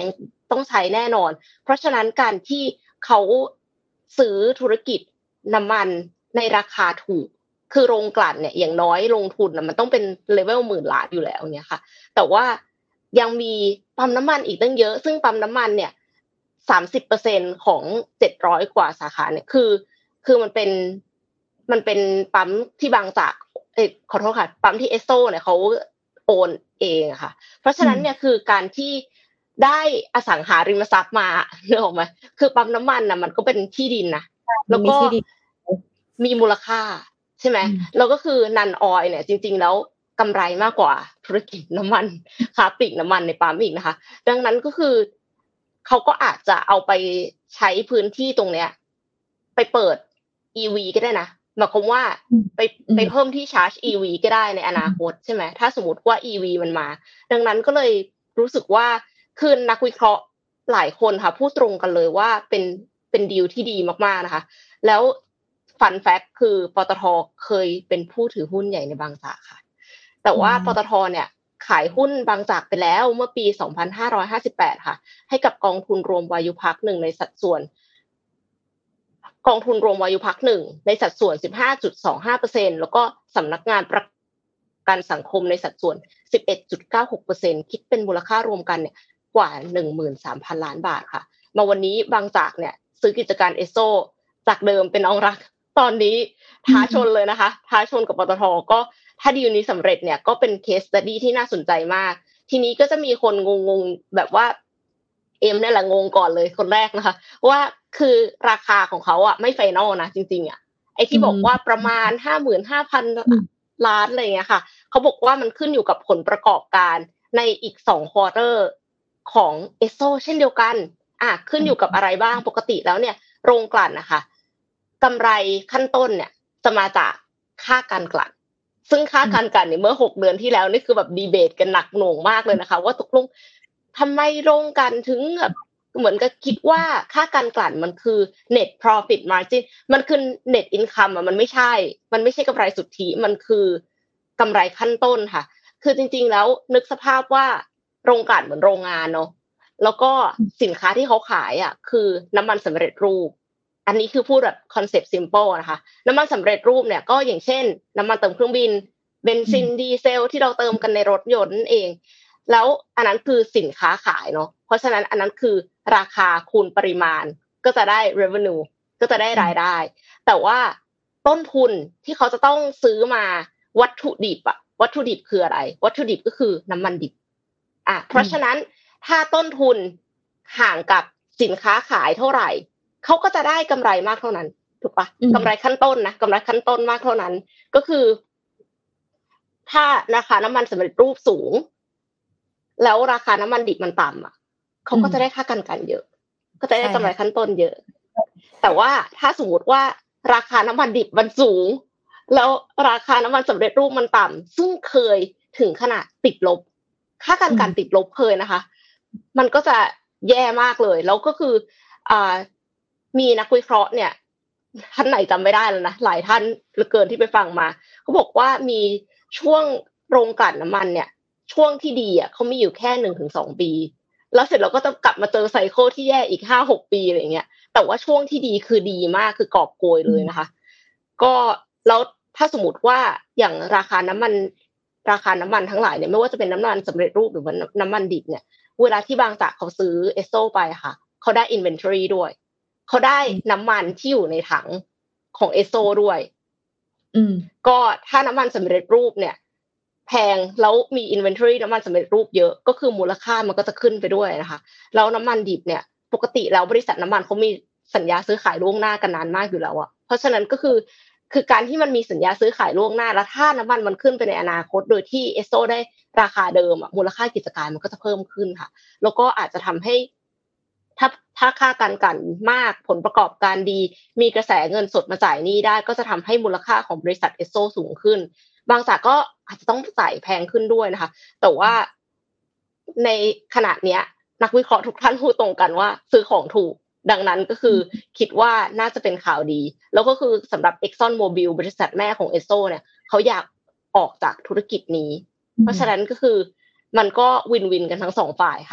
ต้องใช้แน่นอนเพราะฉะนั้นการที่เขาซื้อธุรกิจน้ำมันในราคาถูกคือโรงกลั่นเนี่ยอย่างน้อยลงทุนน่ะมันต้องเป็นเลเวลหมื่นล้านอยู่แล้วเนี่ยค่ะแต่ว่ายังมีปั๊มน้ำมันอีกตั้งเยอะซึ่งปั๊มน้ำมันเนี่ย สามสิบเปอร์เซ็นต์ ของเจ็ดร้อยกว่าสาขาเนี่ยคือคือมันเป็นมันเป็นปั๊มที่บางจากเอ่อขอโทษค่ะปั๊มที่ Esso เนี่ยเขาโอนเองอะค่ะเพราะฉะนั้นเนี่ยคือการที่ได้อสังหาริมทรัพย์มานึกออกมั้ยคือปั๊มน้ำมันน่ะมันก็เป็นที่ดินนะแล้วก็มีมูลค่าใช่มั้ยแล้วก็คือนันออยล์เนี่ยจริงๆแล้วกำไรมากกว่าธุรกิจน้ำมันค้าปลีกน้ำมันในปั๊มอีกนะคะดังนั้นก็คือเขาก็อาจจะเอาไปใช้พื้นที่ตรงเนี้ยไปเปิด อี วี ก็ได้นะหมายความว่าไปไปเพิ่มที่ชาร์จ อี วี ก็ได้ในอนาคตใช่ไหมถ้าสมมติว่า อี วี มันมาดังนั้นก็เลยรู้สึกว่าคือนักวิเคราะห์หลายคนค่ะพูดตรงกันเลยว่าเป็นเป็นดีลที่ดีมากๆนะคะแล้วฟันแฟคคือปตท.เคยเป็นผู้ถือหุ้นใหญ่ในบางจากค่ะแต่ว่าปตท.เนี่ยขายหุ้นบางจากไปแล้วเมื่อปีสองพันห้าร้อยห้าสิบแปดค่ะให้กับกองทุนรวมวายุพักหนึ่งในสัดส่วนกองทุนรวมวายุพักหนึ่งในสัดส่วน สิบห้าจุดสองห้าเปอร์เซ็นต์ แล้วก็สำนักงานประกันสังคมในสัดส่วน สิบเอ็ดจุดเก้าหกเปอร์เซ็นต์ คิดเป็นมูลค่ารวมกันเนี่ยกว่า หนึ่งหมื่นสามพัน ล้านบาทค่ะมาวันนี้บางจากเนี่ยซื้อกิจการ Esso จากเดิมเป็นน้องรักตอนนี้ท้าชนเลยนะคะท้าชนกับปตท.ก็ถ้าดีลนี้สำเร็จเนี่ยก็เป็นเคสสตัดดี้ที่น่าสนใจมากทีนี้ก็จะมีคนงงๆแบบว่าเอ็มเนี่ยแหละงงก่อนเลยคนแรกนะคะว่าคือราคาของเขาอ่ะไม่ไฟนอลนะจริงๆอ่ะไอ้ที่บอกว่าประมาณ ห้าหมื่นห้าพัน ล้านอะไรอย่างเงี้ยค่ะเขาบอกว่ามันขึ้นอยู่กับผลประกอบการในอีกสองควอเตอร์ของ Esso เช่นเดียวกันอ่ะขึ้นอยู่กับอะไรบ้างปกติแล้วเนี่ยโรงกลั่นนะคะกำไรขั้นต้นเนี่ยจะมาจากค่าการกลั่นซึ่งค่าการกลั่นเนี่ยเมื่อหกเดือนที่แล้วนี่คือแบบดีเบตกันหนักหน่วงมากเลยนะคะว่าตกลงทำไมโรงกลั่นถึงแบบเหมือนกับคิดว่าค่าการกลั่นมันคือ net profit margin มันคือ net income อ่ะมันไม่ใช่มันไม่ใช่กำไรสุทธิมันคือกำไรขั้นต้นค่ะคือจริงๆแล้วนึกสภาพว่าโรงกลั่นเหมือนโรงงานเนาะแล้วก็สินค้าที่เขาขายอ่ะคือน้ำมันสำเร็จรูปอันนี้คือพูดแบบคอนเซ็ปต์ซิมเปิลนะคะน้ำมันสำเร็จรูปเนี่ยก็อย่างเช่นน้ำมันเติมเครื่องบินเบนซินดีเซลที่เราเติมกันในรถยนต์นั่นเองแล้วอันนั้นคือสินค้าขายเนาะเพราะฉะนั้นอันนั้นคือราคาคูณปริมาณก็จะได้ revenue ก็จะได้รายได้แต่ว่าต้นทุนที่เขาจะต้องซื้อมาวัตถุดิบอะวัตถุดิบคืออะไรวัตถุดิบก็คือน้ำมันดิบอ่ะเพราะฉะนั้นถ้าต้นทุนห่างกับสินค้าขายเท่าไหร่เขาก็จะได้กำไรมากเท่านั้นถูกปะกำไรขั้นต้นนะกำไรขั้นต้นมากเท่านั้นก็คือถ้าราคาน้ำมันสำเร็จรูปสูงแล้วราคาน้ำมันดิบมันต่ำอ่ะเขาก็จะได้ค่ากันกันเยอะก็จะได้กำไรขั้นต้นเยอะแต่ว่าถ้าสมมติว่าราคาน้ำมันดิบมันสูงแล้วราคาน้ำมันสำเร็จรูปมันต่ำซึ่งเคยถึงขนาดติดลบค่ากันกันติดลบเคยนะคะมันก็จะแย่มากเลยแล้วก็คืออ่ามีนักวิเคราะห์เนี่ยท่านไหนจำไม่ได้แล้วนะหลายท่านเหลือเกินที่ไปฟังมาเขาบอกว่ามีช่วงโรงกลั่นน้ำมันเนี่ยช่วงที่ดีอ่ะเขามีอยู่แค่ หนึ่งถึงสอง ปีแล้วเสร็จเราก็จะกลับมาเจอไซเคิลที่แย่อีก ห้าหก ปีอะไรอย่างเงี้ยแต่ว่าช่วงที่ดีคือดีมากคือกอบโกยเลยนะคะก็แล้วถ้าสมมติว่าอย่างราคาน้ำมันราคาน้ำมันทั้งหลายเนี่ยไม่ว่าจะเป็นน้ำมันสำเร็จรูปหรือว่าน้ำมันดิบเนี่ยเวลาที่บางจากเขาซื้อ Esso ไปค่ะเขาได้ inventory ด้วยเขาได้น้ำมันที่อยู่ในถังของ Esso ด้วยอืมก็ถ้าน้ำมันสำเร็จรูปเนี่ยแพงแล้วมี inventory น้ำมันสำเร็จรูปเยอะก็คือมูลค่ามันก็จะขึ้นไปด้วยนะคะแล้วน้ำมันดิบเนี่ยปกติแล้วบริษัทน้ำมันเขามีสัญญาซื้อขายล่วงหน้ากันนานมากอยู่แล้วอ่ะเพราะฉะนั้นก็คือคือการที่มันมีสัญญาซื้อขายล่วงหน้าแล้วถ้าน้ำมันมันขึ้นไปในอนาคตโดยที่ Esso ได้ราคาเดิมอ่ะมูลค่ากิจการมันก็จะเพิ่มขึ้นค่ะแล้วก็อาจจะทำให้ถ้าถ้าค่าการกันมากผลประกอบการดีมีกระแสเงินสดมาจ่ายหนี้ได้ก็จะทำให้มูลค่าของบริษัท Esso สูงขึ้นบางจากก็อาจจะต้องจ่ายแพงขึ้นด้วยนะคะแต่ว่าในขณะเนี้ยนักวิเคราะห์ทุกท่านพูดตรงกันว่าซื้อของถูกดังนั้นก็คือคิดว่าน่าจะเป็นข่าวดีแล้วก็คือสำหรับ Exxon Mobil บริษัทแม่ของ Esso เนี่ยเขาอยากออกจากธุรกิจนี้เพราะฉะนั้นก็คือมันก็วินวินกันทั้งสองฝ่ายค่ะ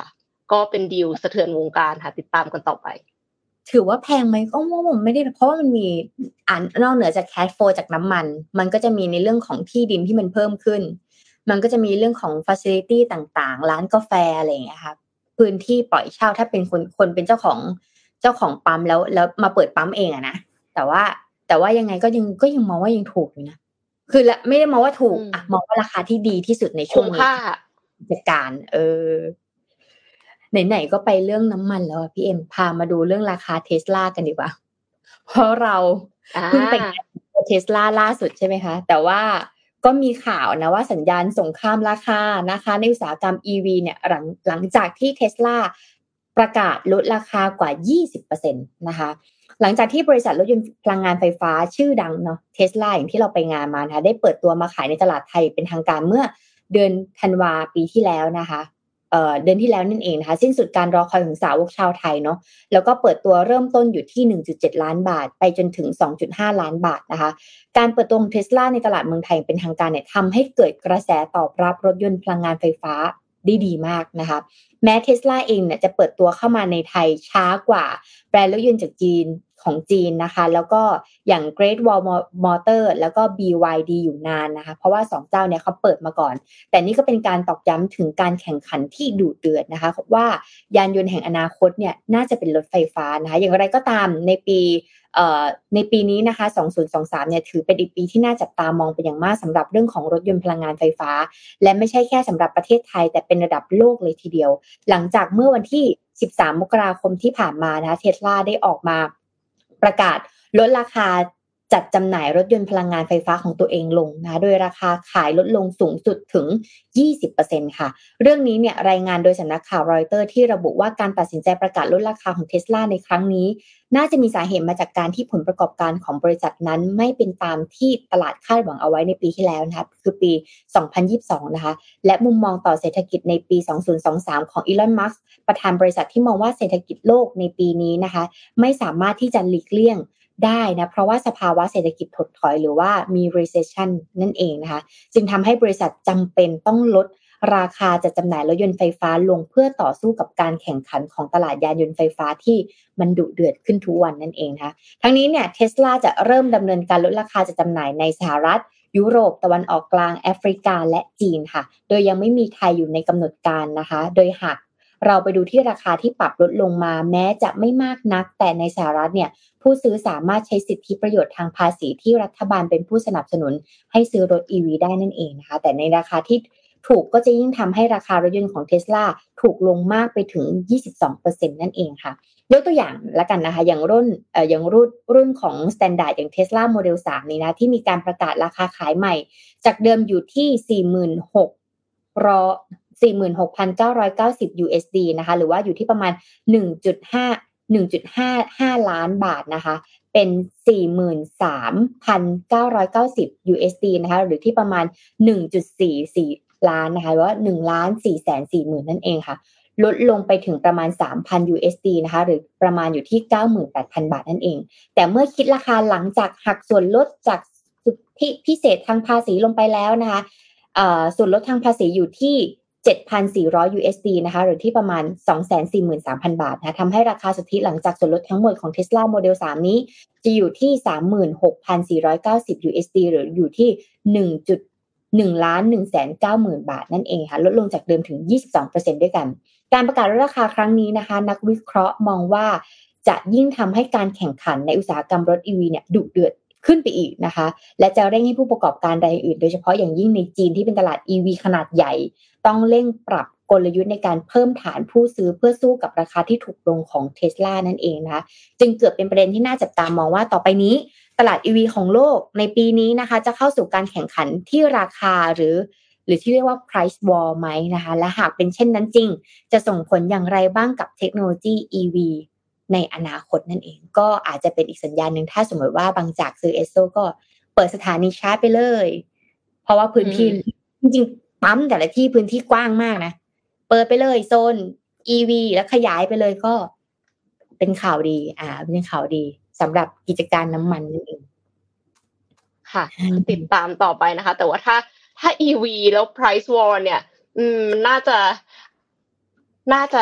ก็เป็นดีลสะเทือนวงการค่ะติดตามกันต่อไปถือว่าแพงไหมก็ว่าผมไม่ได้เพราะว่ามันมีอ่านนอกเหนือจากแคชโฟลจากน้ำมันมันก็จะมีในเรื่องของที่ดินที่มันเพิ่มขึ้นมันก็จะมีเรื่องของฟาซิลิตี้ต่างๆร้านกาแฟอะไรอย่างเงี้ยครับพื้นที่ปล่อยเช่าถ้าเป็นคนคนเป็นเจ้าของเจ้าของปั๊มแล้วแล้วมาเปิดปั๊มเองอะนะแต่ว่าแต่ว่ายังไงก็ยังก็ยังมองว่ายังถูกอยู่นะคือละไม่ได้มองว่าถูกอ่ะมองว่าราคาที่ดีที่สุดในช่วงนี้จัดการเออไหนๆก็ไปเรื่องน้ำมันแล้วพี่เอ็มพามาดูเรื่องราคา Tesla กันดีกว่าเพราะเราเพิ่งไปงาน Tesla ล่าสุดใช่ไหมคะแต่ว่าก็มีข่าวนะว่าสัญญาณสงครามราคานะคะในอุตสาหกรรม อี วี เนี่ยหลังหลังจากที่ Tesla ประกาศลดราคากว่า ยี่สิบเปอร์เซ็นต์ นะคะหลังจากที่บริษัทรถยนต์พลังงานไฟฟ้าชื่อดังเนาะ Tesla อย่างที่เราไปงานมานะคะได้เปิดตัวมาขายในตลาดไทยเป็นทางการเมื่อเดือนธันวาปีที่แล้วนะคะเอ่อเดือนที่แล้วนั่นเองนะคะสิ้นสุดการรอคอยของสาวกชาวไทยเนาะแล้วก็เปิดตัวเริ่มต้นอยู่ที่ หนึ่งจุดเจ็ด ล้านบาทไปจนถึง สองจุดห้า ล้านบาทนะคะการเปิดตัวของ Tesla ในตลาดเมืองไทยเป็นทางการเนี่ยทำให้เกิดกระแสตอบรับรถยนต์พลังงานไฟฟ้าได้ดีมากนะคะแม้ Tesla เองเนี่ยจะเปิดตัวเข้ามาในไทยช้ากว่าแบรนด์รถยนต์จากจีนของจีนนะคะแล้วก็อย่าง Great Wall Motor แล้วก็ บี วาย ดี อยู่นานนะคะเพราะว่าสองเจ้าเนี่ยเขาเปิดมาก่อนแต่นี่ก็เป็นการตอกย้ำถึงการแข่งขันที่ดุเดือดนะคะว่ายานยนต์แห่งอนาคตเนี่ยน่าจะเป็นรถไฟฟ้านะคะอย่างไรก็ตามในปีเอ่อในปีนี้นะคะสองพันยี่สิบสามเนี่ยถือเป็นอีกปีที่น่าจับตามองเป็นอย่างมากสำหรับเรื่องของรถยนต์พลังงานไฟฟ้าและไม่ใช่แค่สำหรับประเทศไทยแต่เป็นระดับโลกเลยทีเดียวหลังจากเมื่อวันที่สิบสามมกราคมที่ผ่านมานะคะ Tesla ได้ออกมาประกาศลดราคาจัดจำหน่ายรถยนต์พลังงานไฟฟ้าของตัวเองลงนะโดยราคาขายลดลงสูงสุดถึง ยี่สิบเปอร์เซ็นต์ ค่ะเรื่องนี้เนี่ยรายงานโดยสำนักข่าวรอยเตอร์ที่ระบุว่าการตัดสินใจประกาศลดราคาของ Tesla ในครั้งนี้น่าจะมีสาเหตุมาจากการที่ผลประกอบการของบริษัทนั้นไม่เป็นตามที่ตลาดคาดหวังเอาไว้ในปีที่แล้วนะคะคือปีสองพันยี่สิบสองนะคะและมุมมองต่อเศรษฐกิจในปีสองพันยี่สิบสามของอีลอนมัสก์ประธานบริษัทที่มองว่าเศรษฐกิจโลกในปีนี้นะคะไม่สามารถที่จะหลีกเลี่ยงได้นะเพราะว่าสภาวะเศรษฐกิจถดถอยหรือว่ามี recession นั่นเองนะคะจึงทำให้บริษัทจำเป็นต้องลดราคาจัดจำหน่ายรถยนต์ไฟฟ้าลงเพื่อต่อสู้กับการแข่งขันของตลาดยานยนต์ไฟฟ้าที่มันดุเดือดขึ้นทุกวันนั่นเองนะคะทั้งนี้เนี่ย Tesla จะเริ่มดำเนินการลดราคาจัดจำหน่ายในสหรัฐยุโรปตะวันออกกลางแอฟริกาและจีนค่ะโดยยังไม่มีไทยอยู่ในกำหนดการนะคะโดยหากเราไปดูที่ราคาที่ปรับลดลงมาแม้จะไม่มากนักแต่ในสหรัฐเนี่ยผู้ซื้อสามารถใช้สิทธิประโยชน์ทางภาษีที่รัฐบาลเป็นผู้สนับสนุนให้ซื้อรถ อี วี ได้นั่นเองนะคะแต่ในราคาที่ถูกก็จะยิ่งทำให้ราคารถยนต์ของ Tesla ถูกลงมากไปถึง ยี่สิบสองเปอร์เซ็นต์ นั่นเองค่ะยกตัวอย่างละกันนะคะอย่างรุ่นเอ่ออย่างรุ่นรุ่นของ Standard อย่าง Tesla Model สามนี้นะที่มีการประกาศราคาขายใหม่จากเดิมอยู่ที่ สี่หมื่นหกพันเก้าร้อยเก้าสิบ ยู เอส ดี นะคะหรือว่าอยู่ที่ประมาณ หนึ่งจุดห้า หนึ่งจุดห้าห้า ล้านบาทนะคะเป็น สี่หมื่นสามพันเก้าร้อยเก้าสิบ ยู เอส ดี นะคะหรือที่ประมาณ หนึ่งจุดสี่สี่ ล้านนะคะหรือว่า หนึ่งล้านสี่แสนสี่หมื่น นั่นเองค่ะลดลงไปถึงประมาณ สามพัน ยู เอส ดี นะคะหรือประมาณอยู่ที่ เก้าหมื่นแปดพัน บาทนั่นเองแต่เมื่อคิดราคาหลังจากหักส่วนลดจากสิทธิพิเศษทางภาษีลงไปแล้วนะคะเอ่อส่วนลดทางภาษีอยู่ที่เจ็ดพันสี่ร้อย ยู เอส ดี นะคะหรือที่ประมาณ สองแสนสี่หมื่นสามพัน บาทนะทำให้ราคาสุทธิหลังจากส่วนลดทั้งหมดของ Tesla Model สาม นี้จะอยู่ที่ สามหมื่นหกพันสี่ร้อยเก้าสิบ ยู เอส ดี หรืออยู่ที่ หนึ่งจุดหนึ่ง ล้าน หนึ่งแสนเก้าหมื่น บาทนั่นเองค่ะลดลงจากเดิมถึง ยี่สิบสองเปอร์เซ็นต์ ด้วยกันการประกาศลดราคาครั้งนี้นะคะนักวิเคราะห์มองว่าจะยิ่งทำให้การแข่งขันในอุตสาหกรรมรถ อี วี เนี่ยดุเดือดขึ้นไปอีกนะคะและจะเร่งให้ผู้ประกอบการรายอื่นโดยเฉพาะอย่างยิ่งในจีนที่เป็นตลาด อี วี ขนาดใหญ่ต้องเร่งปรับกลยุทธ์ในการเพิ่มฐานผู้ซื้อเพื่อสู้กับราคาที่ถูกลงของ Tesla นั่นเองนะคะจึงเกิดเป็นประเด็นที่น่าจับตามองว่าต่อไปนี้ตลาด อี วี ของโลกในปีนี้นะคะจะเข้าสู่การแข่งขันที่ราคาหรือหรือที่เรียกว่า price war ไหมนะคะและหากเป็นเช่นนั้นจริงจะส่งผลอย่างไรบ้างกับเทคโนโลยี อี วี ในอนาคตนั่นเองก็อาจจะเป็นอีกสัญญาณนึงถ้าสมมติว่าบางจากซื้อ เอส โอ ก็เปิดสถานีชาร์จไปเลยเพราะว่าพื้นที่จริงๆปั๊มแต่ละที่พื้นที่กว้างมากนะเปิดไปเลยโซน อี วี แล้วขยายไปเลยก็เป็นข่าวดีอ่าเป็นข่าวดีสำหรับกิจการน้ำมันนั่นเองค่ะติดตามต่อไปนะคะแต่ว่าถ้าถ้า อี วี แล้ว price war เนี่ยอืมน่าจะน่าจะ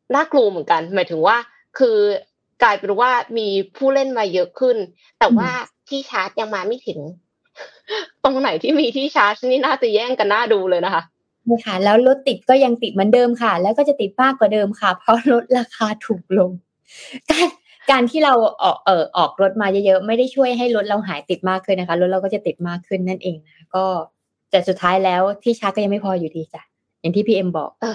น่ากลัวเหมือนกันหมายถึงว่าคือกลายเป็นว่ามีผู้เล่นมาเยอะขึ้นแต่ว่าที่ชาร์จยังมาไม่ถึงตรงไหนที่มีที่ชาร์จนี่น่าจะแย่งกันน่าดูเลยนะคะใช่ค่ะแล้วรถติดก็ยังติดเหมือนเดิมค่ะแล้วก็จะติดมากกว่าเดิมค่ะเพราะรถราคาถูกลงการการที่เราออกเอ่อออกรถมาเยอะๆไม่ได้ช่วยให้รถเราหายติดมากขึ้นนะคะรถเราก็จะติดมากขึ้นนั่นเองนะก็แต่สุดท้ายแล้วที่ชาร์จก็ยังไม่พออยู่ดีจ้ะอย่างที่พี่เอ็มบอกเออ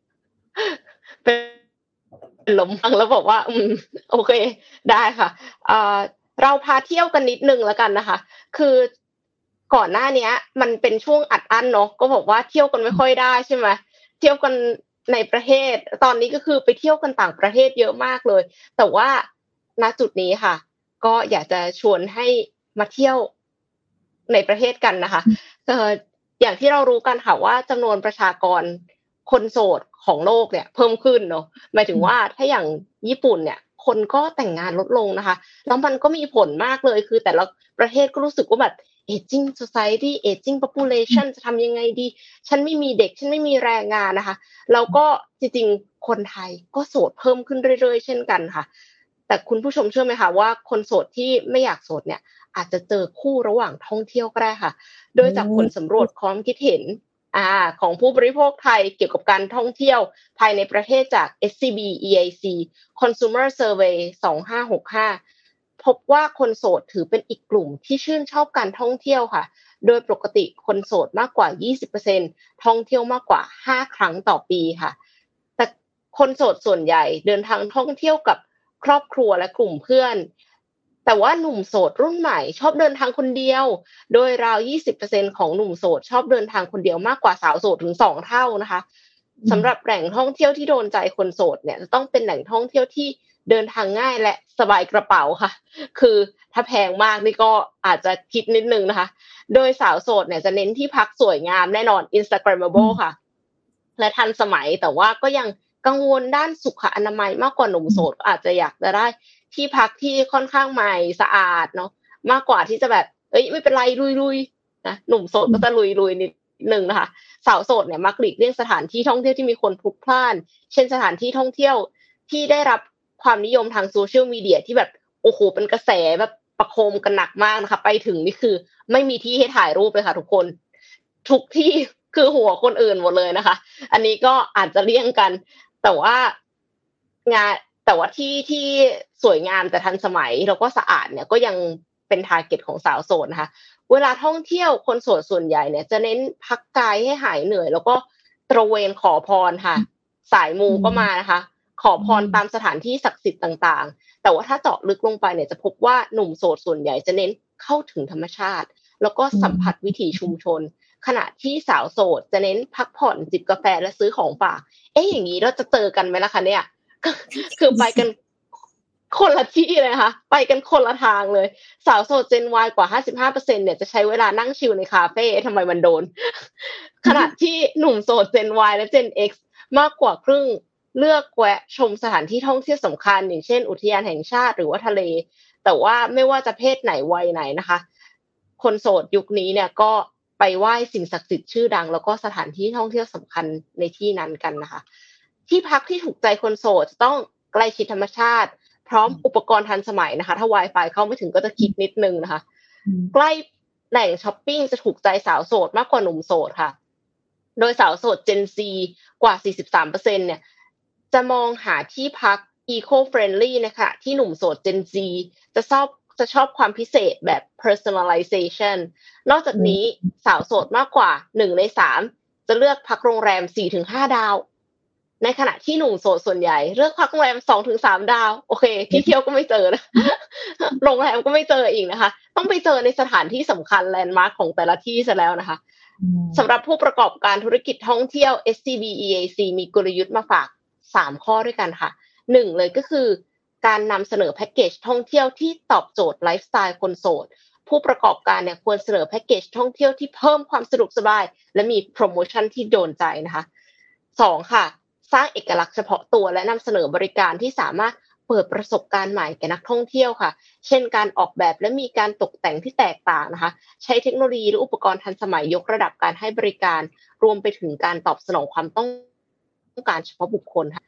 เป็นลมฟังแล้วบอกว่าอืมโอเคได้ค่ะเอ่อเราพาเที่ยวกันนิดนึงแล้วกันนะคะคือก่อนหน้านี้มันเป็นช่วงอัดอั้นเนาะก็บอกว่าเที่ยวกันไม่ค่อยได้ใช่ไหมเที่ยวกันในประเทศตอนนี้ก็คือไปเที่ยวกันต่างประเทศเยอะมากเลยแต่ว่าณจุดนี้ค่ะก็อยากจะชวนให้มาเที่ยวในประเทศกันนะคะเอ่ออย่างที่เรารู้กันค่ะว่าจำนวนประชากรคนโสดของโลกเนี่ยเพิ่มขึ้นเนาะหมายถึงว่าถ้าอย่างญี่ปุ่นเนี่ยคนก็แต่งงานลดลงนะคะแล้วมันก็มีผลมากเลยคือแต่ละประเทศก็รู้สึกว่าแบบ aging society aging population จะทำยังไงดีฉันไม่มีเด็กฉันไม่มีแรงงานนะคะแล้วก็จริงๆคนไทยก็โสดเพิ่มขึ้นเรื่อยๆเช่นกันค่ะแต่คุณผู้ชมเชื่อไหมคะว่าคนโสดที่ไม่อยากโสดเนี่ยอาจจะเจอคู่ระหว่างท่องเที่ยวก็ได้ค่ะโดยจากผลสำรวจความคิดเห็นอ่าของผู้บริโภคไทยเกี่ยวกับการท่องเที่ยวภายในประเทศจาก เอส ซี บี อี ไอ ซี Consumer Survey สองพันห้าร้อยหกสิบห้าพบว่าคนโสดถือเป็นอีกกลุ่มที่ชื่นชอบการท่องเที่ยวค่ะโดยปกติคนโสดมากกว่า ยี่สิบเปอร์เซ็นต์ ท่องเที่ยวมากกว่าห้าครั้งต่อปีค่ะแต่คนโสดส่วนใหญ่เดินทางท่องเที่ยวกับครอบครัวและกลุ่มเพื่อนแต่ว่าหนุ่มโสดรุ่นใหม่ชอบเดินทางคนเดียวโดยราว ยี่สิบเปอร์เซ็นต์ ของหนุ่มโสดชอบเดินทางคนเดียวมากกว่าสาวโสดถึงสองเท่านะคะสำหรับแหล่งท่องเที่ยวที่โดนใจคนโสดเนี่ยจะต้องเป็นแหล่งท่องเที่ยวที่เดินทางง่ายและสบายกระเป๋าค่ะคือถ้าแพงมากนี่ก็อาจจะคิดนิดนึงนะคะโดยสาวโสดเนี่ยจะเน้นที่พักสวยงามแน่นอน Instagrammable ค่ะและทันสมัยแต่ว่าก็ยังกังวลด้านสุขอนามัยมากกว่าหนุ่มโสดอาจจะอยากจะได้ที่พักที่ค่อนข้างใหม่สะอาดเนาะมากกว่าที่จะแบบเอ้ยไม่เป็นไรลุยๆนะหนุ่มโสดก็จะลุยๆนิดนึงนะคะสาวโสดเนี่ยมักหลีกเลี่ยงสถานที่ท่องเที่ยวที่มีคนพลุกพล่านเช่นสถานที่ท่องเที่ยวที่ได้รับความนิยมทางโซเชียลมีเดียที่แบบโอ้โหเป็นกระแสแบบประโคมกันหนักมากนะคะไปถึงนี่คือไม่มีที่ให้ถ่ายรูปเลยค่ะทุกคนทุกที่คือหัวคนอื่นหมดเลยนะคะอันนี้ก็อาจจะเลี่ยงกันแต่ว่างานแต่ว่าที่ที่สวยงามแต่ทันสมัยแล้วก็สะอาดเนี่ยก็ยังเป็นทาร์เก็ตของสาวโสดนะคะเวลาท่องเที่ยวคนโสดส่วนใหญ่เนี่ยจะเน้นพักกายให้หายเหนื่อยแล้วก็ตระเวนขอพรค่ะสายมูก็มานะคะขอพรตามสถานที่ศักดิ์สิทธิ์ต่างๆแต่ว่าถ้าเจาะลึกลงไปเนี่ยจะพบว่าหนุ่มโสดส่วนใหญ่จะเน้นเข้าถึงธรรมชาติแล้วก็สัมผัสวิถีชุมชนขณะที่สาวโสดจะเน้นพักผ่อนจิบกาแฟและซื้อของฝากเอ๊ะอย่างนี้เราจะเจอกันไหมล่ะคะเนี่ยคือไปกันคนละที่เลยค่ะไปกันคนละทางเลยสาวโสด Gen Y กว่า ห้าสิบห้าเปอร์เซ็นต์ เนี่ยจะใช้เวลานั่งชิลในคาเฟ่ทำไมมันโดนขณะที่หนุ่มโสด Gen Y และ Gen X มากกว่าครึ่งเลือกแวะชมสถานที่ท่องเที่ยวสำคัญอย่างเช่นอุทยานแห่งชาติหรือว่าทะเลแต่ว่าไม่ว่าจะเพศไหนวัยไหนนะคะคนโสดยุคนี้เนี่ยก็ไปไหว้สิ่งศักดิ์สิทธิ์ชื่อดังแล้วก็สถานที่ท่องเที่ยวสำคัญในที่นั้นกันนะคะที่พักที่ถูกใจคนโสดจะต้องใกล้ชิดธรรมชาติพร้อมอุปกรณ์ทันสมัยนะคะถ้า Wi-Fi เข้าไม่ถึงก็จะคิดนิดนึงนะคะใกล้แหล่งช้อปปิ้งจะถูกใจสาวโสดมากกว่าหนุ่มโสดค่ะโดยสาวโสด Gen Z กว่า สี่สิบสามเปอร์เซ็นต์ เนี่ยจะมองหาที่พัก eco-friendly นะคะที่หนุ่มโสด Gen Z จะชอบจะชอบความพิเศษแบบ personalization นอกจากนี้สาวโสดมากกว่าหนึ่งในสามจะเลือกพักโรงแรม สี่ถึงห้า ดาวในขณะที่หนุ่มโสดส่วนใหญ่เลือกพักโรงแรม สองถึงสาม ดาวโอเคที่เที่ยวก็ไม่เจอนะโรงแรมก็ไม่เจออีกนะคะต้องไปเจอในสถานที่สำคัญแลนด์มาร์คของแต่ละที่ซะแล้วนะคะสำหรับผู้ประกอบการธุรกิจท่องเที่ยว เอส ซี บี อี ไอ ซี มีกลยุทธ์มาฝากสามข้อด้วยกันค่ะหนึ่งเลยก็คือการนำเสนอแพ็กเกจท่องเที่ยวที่ตอบโจทย์ไลฟ์สไตล์คนโสดผู้ประกอบการเนี่ยควรเสนอแพ็กเกจท่องเที่ยวที่เพิ่มความสะดวกสบายและมีโปรโมชั่นที่โดนใจนะคะสองค่ะสร้างเอกลักษณ์เฉพาะตัวและนำเสนอบริการที่สามารถเปิดประสบการณ์ใหม่แก่นักท่องเที่ยวค่ะเช่นการออกแบบและมีการตกแต่งที่แตกต่างนะคะใช้เทคโนโลยีและอุปกรณ์ทันสมัยยกระดับการให้บริการรวมไปถึงการตอบสนองความต้องการเฉพาะบุคคลค่ะ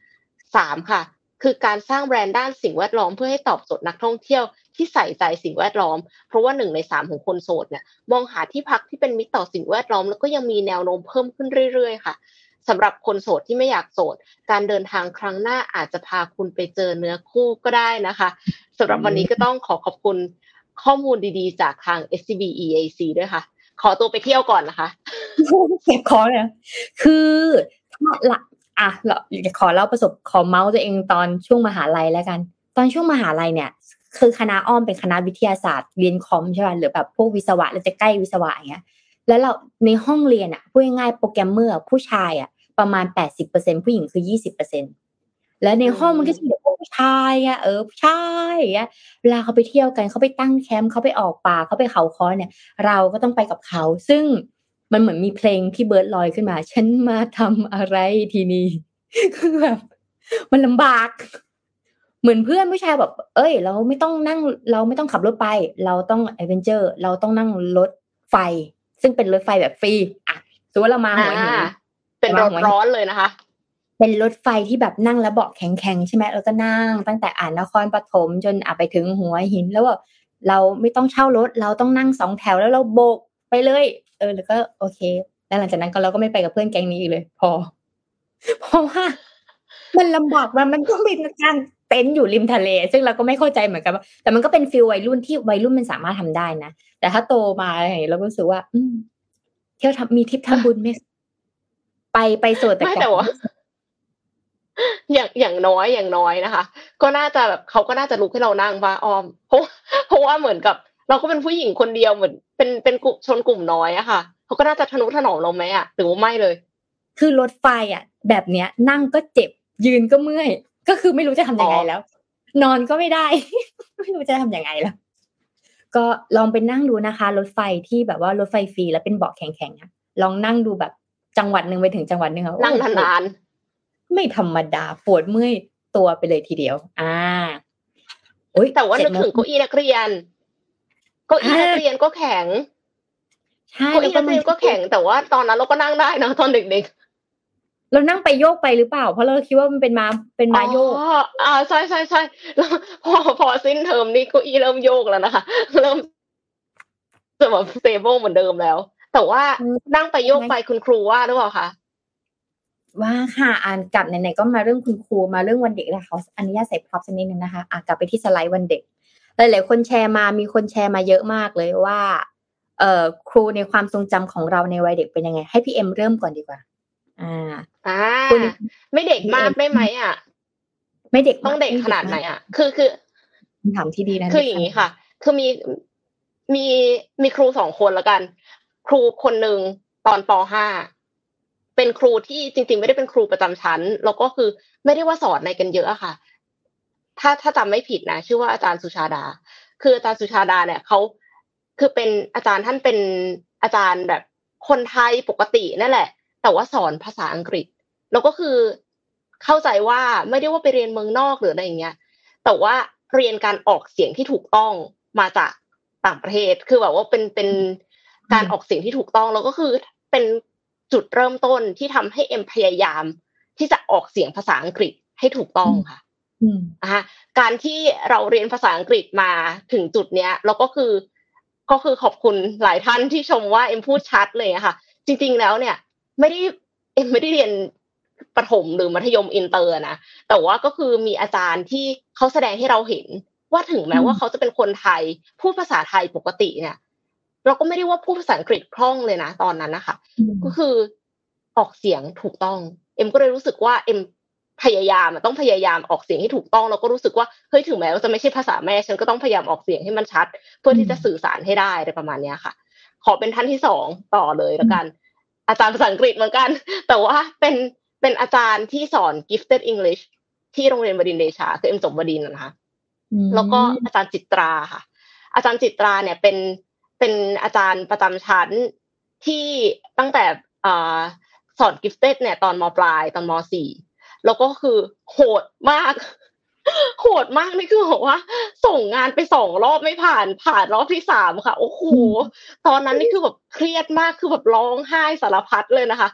สามค่ะคือการสร้างแบรนด์ด้านสิ่งแวดล้อมเพื่อให้ตอบโจทย์นักท่องเที่ยวที่ใส่ใจสิ่งแวดล้อมเพราะว่าหนึ่งในสามของคนโสดเนี่ยมองหาที่พักที่เป็นมิตรต่อสิ่งแวดล้อมแล้วก็ยังมีแนวโน้มเพิ่มขึ้นเรื่อยๆค่ะสำหรับคนโสดที่ไม่อยากโสดการเดินทางครั้งหน้าอาจจะพาคุณไปเจอเนื้อคู่ก็ได้นะคะสำหรับวันนี้ก็ต้องขอขอบคุณข้อมูลดีๆจากทาง เอส ซี บี อี เอ ซี ด้วยค่ะขอตัวไปเที่ยวก่อนนะคะเก็บคอเนี่ยคือละอ่ะเราขอเล่าประสบขอเมาส์ตัวเองตอนช่วงมหาลัยแล้วกันตอนช่วงมหาลัยเนี่ยคือคณะอ้อมเป็นคณะวิทยาศาสตร์เรียนคอมใช่ป่ะหรือแบบพวกวิศวะแล้วจะใกล้วิศวะอย่างเงี้ยแล้วเราในห้องเรียนอ่ะพูดง่ายๆโปรแกรมเมอร์ผู้ชายอ่ะประมาณ แปดสิบเปอร์เซ็นต์ ผู้หญิงคือ ยี่สิบเปอร์เซ็นต์ แล้วในห้องมันก็จะมีแต่ผู้ชายอ่ะเออผู้ชายอย่างเงี้ยเวลาเขาไปเที่ยวกันเขาไปตั้งแคมป์เขาไปออกป่าเขาไปเขาค้อเนี่ยเราก็ต้องไปกับเขาซึ่งมันเหมือนมีเพลงที่เบิร์ดลอยขึ้นมาฉันมาทำอะไรทีนี้คือแบบมันลำบากเหมือนเพื่อนผู้ชายแบบเอ้ยเราไม่ต้องนั่งเราไม่ต้องขับรถไปเราต้องแอดเวนเจอร์เราต้องนั่งรถไฟซึ่งเป็นรถไฟแบบฟรีอ่ะสมมติเรามาหัวหินเป็นรถร้อนเลยนะคะเป็นรถไฟที่แบบนั่งแล้วเบาะแข็งๆใช่ไหมเราก็นั่งตั้งแต่อ่านนครปฐมจนอ่ะไปถึงหัวหินแล้วแบบเราไม่ต้องเช่ารถเราต้องนั่งสองแถวแล้วเราโบกไปเลยเออแล้วก็โอเคแล้วหลังจากนั้นก็เราก็ไม่ไปกับเพื่อนแก๊งนี้อีกเลยพอเพราะว่ามันลำบากมันมันก็มีการเต็นท์อยู่ริมทะเลซึ่งเราก็ไม่เข้าใจเหมือนกันแต่มันก็เป็นฟีลวัยรุ่นที่วัยรุ่นมันสามารถทำได้นะแต่ถ้าโตมาอะไรอย่างนี้เราก็รู้สึกว่าอืมเที่ยวทำมีทริปทำบุญไหมไปไปโสดแต่ไม่แต่ว่าอย่างอย่างน้อยอย่างน้อยนะคะก็น่าจะแบบเขาก็น่าจะลุกให้เรานั่งป่ะออมเพราะเพราะว่าเหมือนกับเราก็เป็นผู้หญิงคนเดียวเหมือนเป็นเป็นกลุ่มชนกลุ่มน้อยอะค่ะเขาก็น่าจะทนุถนอมเราไหมอะหรือว่าไม่เลยคือรถไฟอะแบบเนี้ยนั่งก็เจ็บยืนก็เมื่อยก็คือไม่รู้จะทำยังไงแล้วนอนก็ไม่ได้ไม่รู้จะทำยังไงแล้วก็ลองไปนั่งดูนะคะรถไฟที่แบบว่ารถไฟฟรีแล้วเป็นเบาะแข็งๆอะลองนั่งดูแบบจังหวัดนึงไปถึงจังหวัดนึงค่ะนั่งนานๆไม่ธรรมดาปวดเมื่อยตัวไปเลยทีเดียวอ่าโอ๊ยแต่ว่านึกถึงเก้าอี้นักเรียนเก้าอี้นักเรียนก็แข็งใช่เก้าอี้นักเรียนก็แข็งแต่ว่าตอนนั้นเราก็นั่งได้นะตอนเด็กๆเรานั่งไปโยกไปหรือเปล่าเพราะเราคิดว่ามันเป็นม้าเป็นม้าโยกอ๋ออ่าใช่ๆๆแล้วพอพอสิ้นเทอมนี่เก้าอี้เริ่มโยกแล้วนะคะเริ่มจะแบบสเตเบิลเหมือนเดิมแล้วแต่ว่านั่งไปโยกไปคุณครูว่าหรือเปล่าคะว่าค่ะอ่านกลับไหนๆก็มาเรื่องคุณครูมาเรื่องวันเด็กแล้วเขาอนุญาตใส่พร็อพสักนิดนึงนะคะอ่ะกลับไปที่สไลด์วันเด็กหลายๆคนแชร์มามีคนแชร์มาเยอะมากเลยว่าเอ่อครูในความทรงจำของเราในวัยเด็กเป็นยังไงให้พี่เอ็มเริ่มก่อนดีกว่าอ่าอ่าไม่เด็กมากได้ไหมอ่ะไม่เด็กต้องเด็กขนาดไหนอ่ะคือคือคำถามที่ดีนะคืออย่างนี้ค่ะคือมีมีมีครูสองคนละกันครูคนนึงตอนป.ห้าเป็นครูที่จริงๆไม่ได้เป็นครูประจำชั้นแล้วก็คือไม่ได้ว่าสอนอะไรกันเยอะอะค่ะถ้าถ้าจำไม่ผิดนะชื่อว่าอาจารย์สุชาดาคืออาจารย์สุชาดาเนี่ยเขาคือเป็นอาจารย์ท่านเป็นอาจารย์แบบคนไทยปกตินั่นแหละแต่ว่าสอนภาษาอังกฤษแล้วก็คือเข้าใจว่าไม่ได้ว่าไปเรียนเมืองนอกหรืออะไรอย่างเงี้ยแต่ว่าเรียนการออกเสียงที่ถูกต้องมาจากต่างประเทศคือแบบว่าเป็นเป็นการออกเสียงที่ถูกต้องแล้วก็คือเป็นจุดเริ่มต้นที่ทำให้เอ็มพยายามที่จะออกเสียงภาษาอังกฤษให้ถูกต้องค่ะอ่าการที่เราเรียนภาษาอังกฤษมาถึงจุดเนี้ยแล้วก็คือก็คือขอบคุณหลายท่านที่ชมว่าเอ็มพูดชัดเลยอะค่ะจริงๆแล้วเนี่ยไม่ได้เอ็มไม่ได้เรียนประถมหรือมัธยมอินเตอร์นะแต่ว่าก็คือมีอาจารย์ที่เขาแสดงให้เราเห็นว่าถึงแม้ว่าเขาจะเป็นคนไทยพูดภาษาไทยปกติเนี่ยเราก็ไม่ได้ว่าพูดภาษาอังกฤษคล่องเลยนะตอนนั้นนะคะก็คือออกเสียงถูกต้องเอ็มก็เลยรู้สึกว่าเอ็มพยายามต้องพยายามออกเสียงให้ถูกต้องแล้วก็รู้สึกว่าเฮ้ยถึงแม้ว่าจะไม่ใช่ภาษาแม่ฉันก็ต้องพยายามออกเสียงให้มันชัดเพื่อที่จะสื่อสารให้ได้อะไรประมาณนี้ค่ะขอเป็นท่านที่สองต่อเลยแล้วกันอาจารย์ภาษาอังกฤษเหมือนกันแต่ว่าเป็นเป็นอาจารย์ที่สอน Gifted English ที่โรงเรียนบดินทร์เดชาคือเอ็มจบบดินทร์นะคะแล้วก็อาจารย์จิตราค่ะอาจารย์จิตราเนี่ยเป็นเป็นอาจารย์ประจำชั้นที่ตั้งแต่อ่าสอน Gifted เนี่ยตอนม.ปลายตอนม.สี่แล้วก็คือโหดมากโหดมากนี่คือบอกว่าส่งงานไปสองรอบไม่ผ่านผ่านรอบที่สามค่ะโอ้โหตอนนั้นนี่คือแบบเครียดมากคือแบบร้องไห้สารพัดเลยนะคะ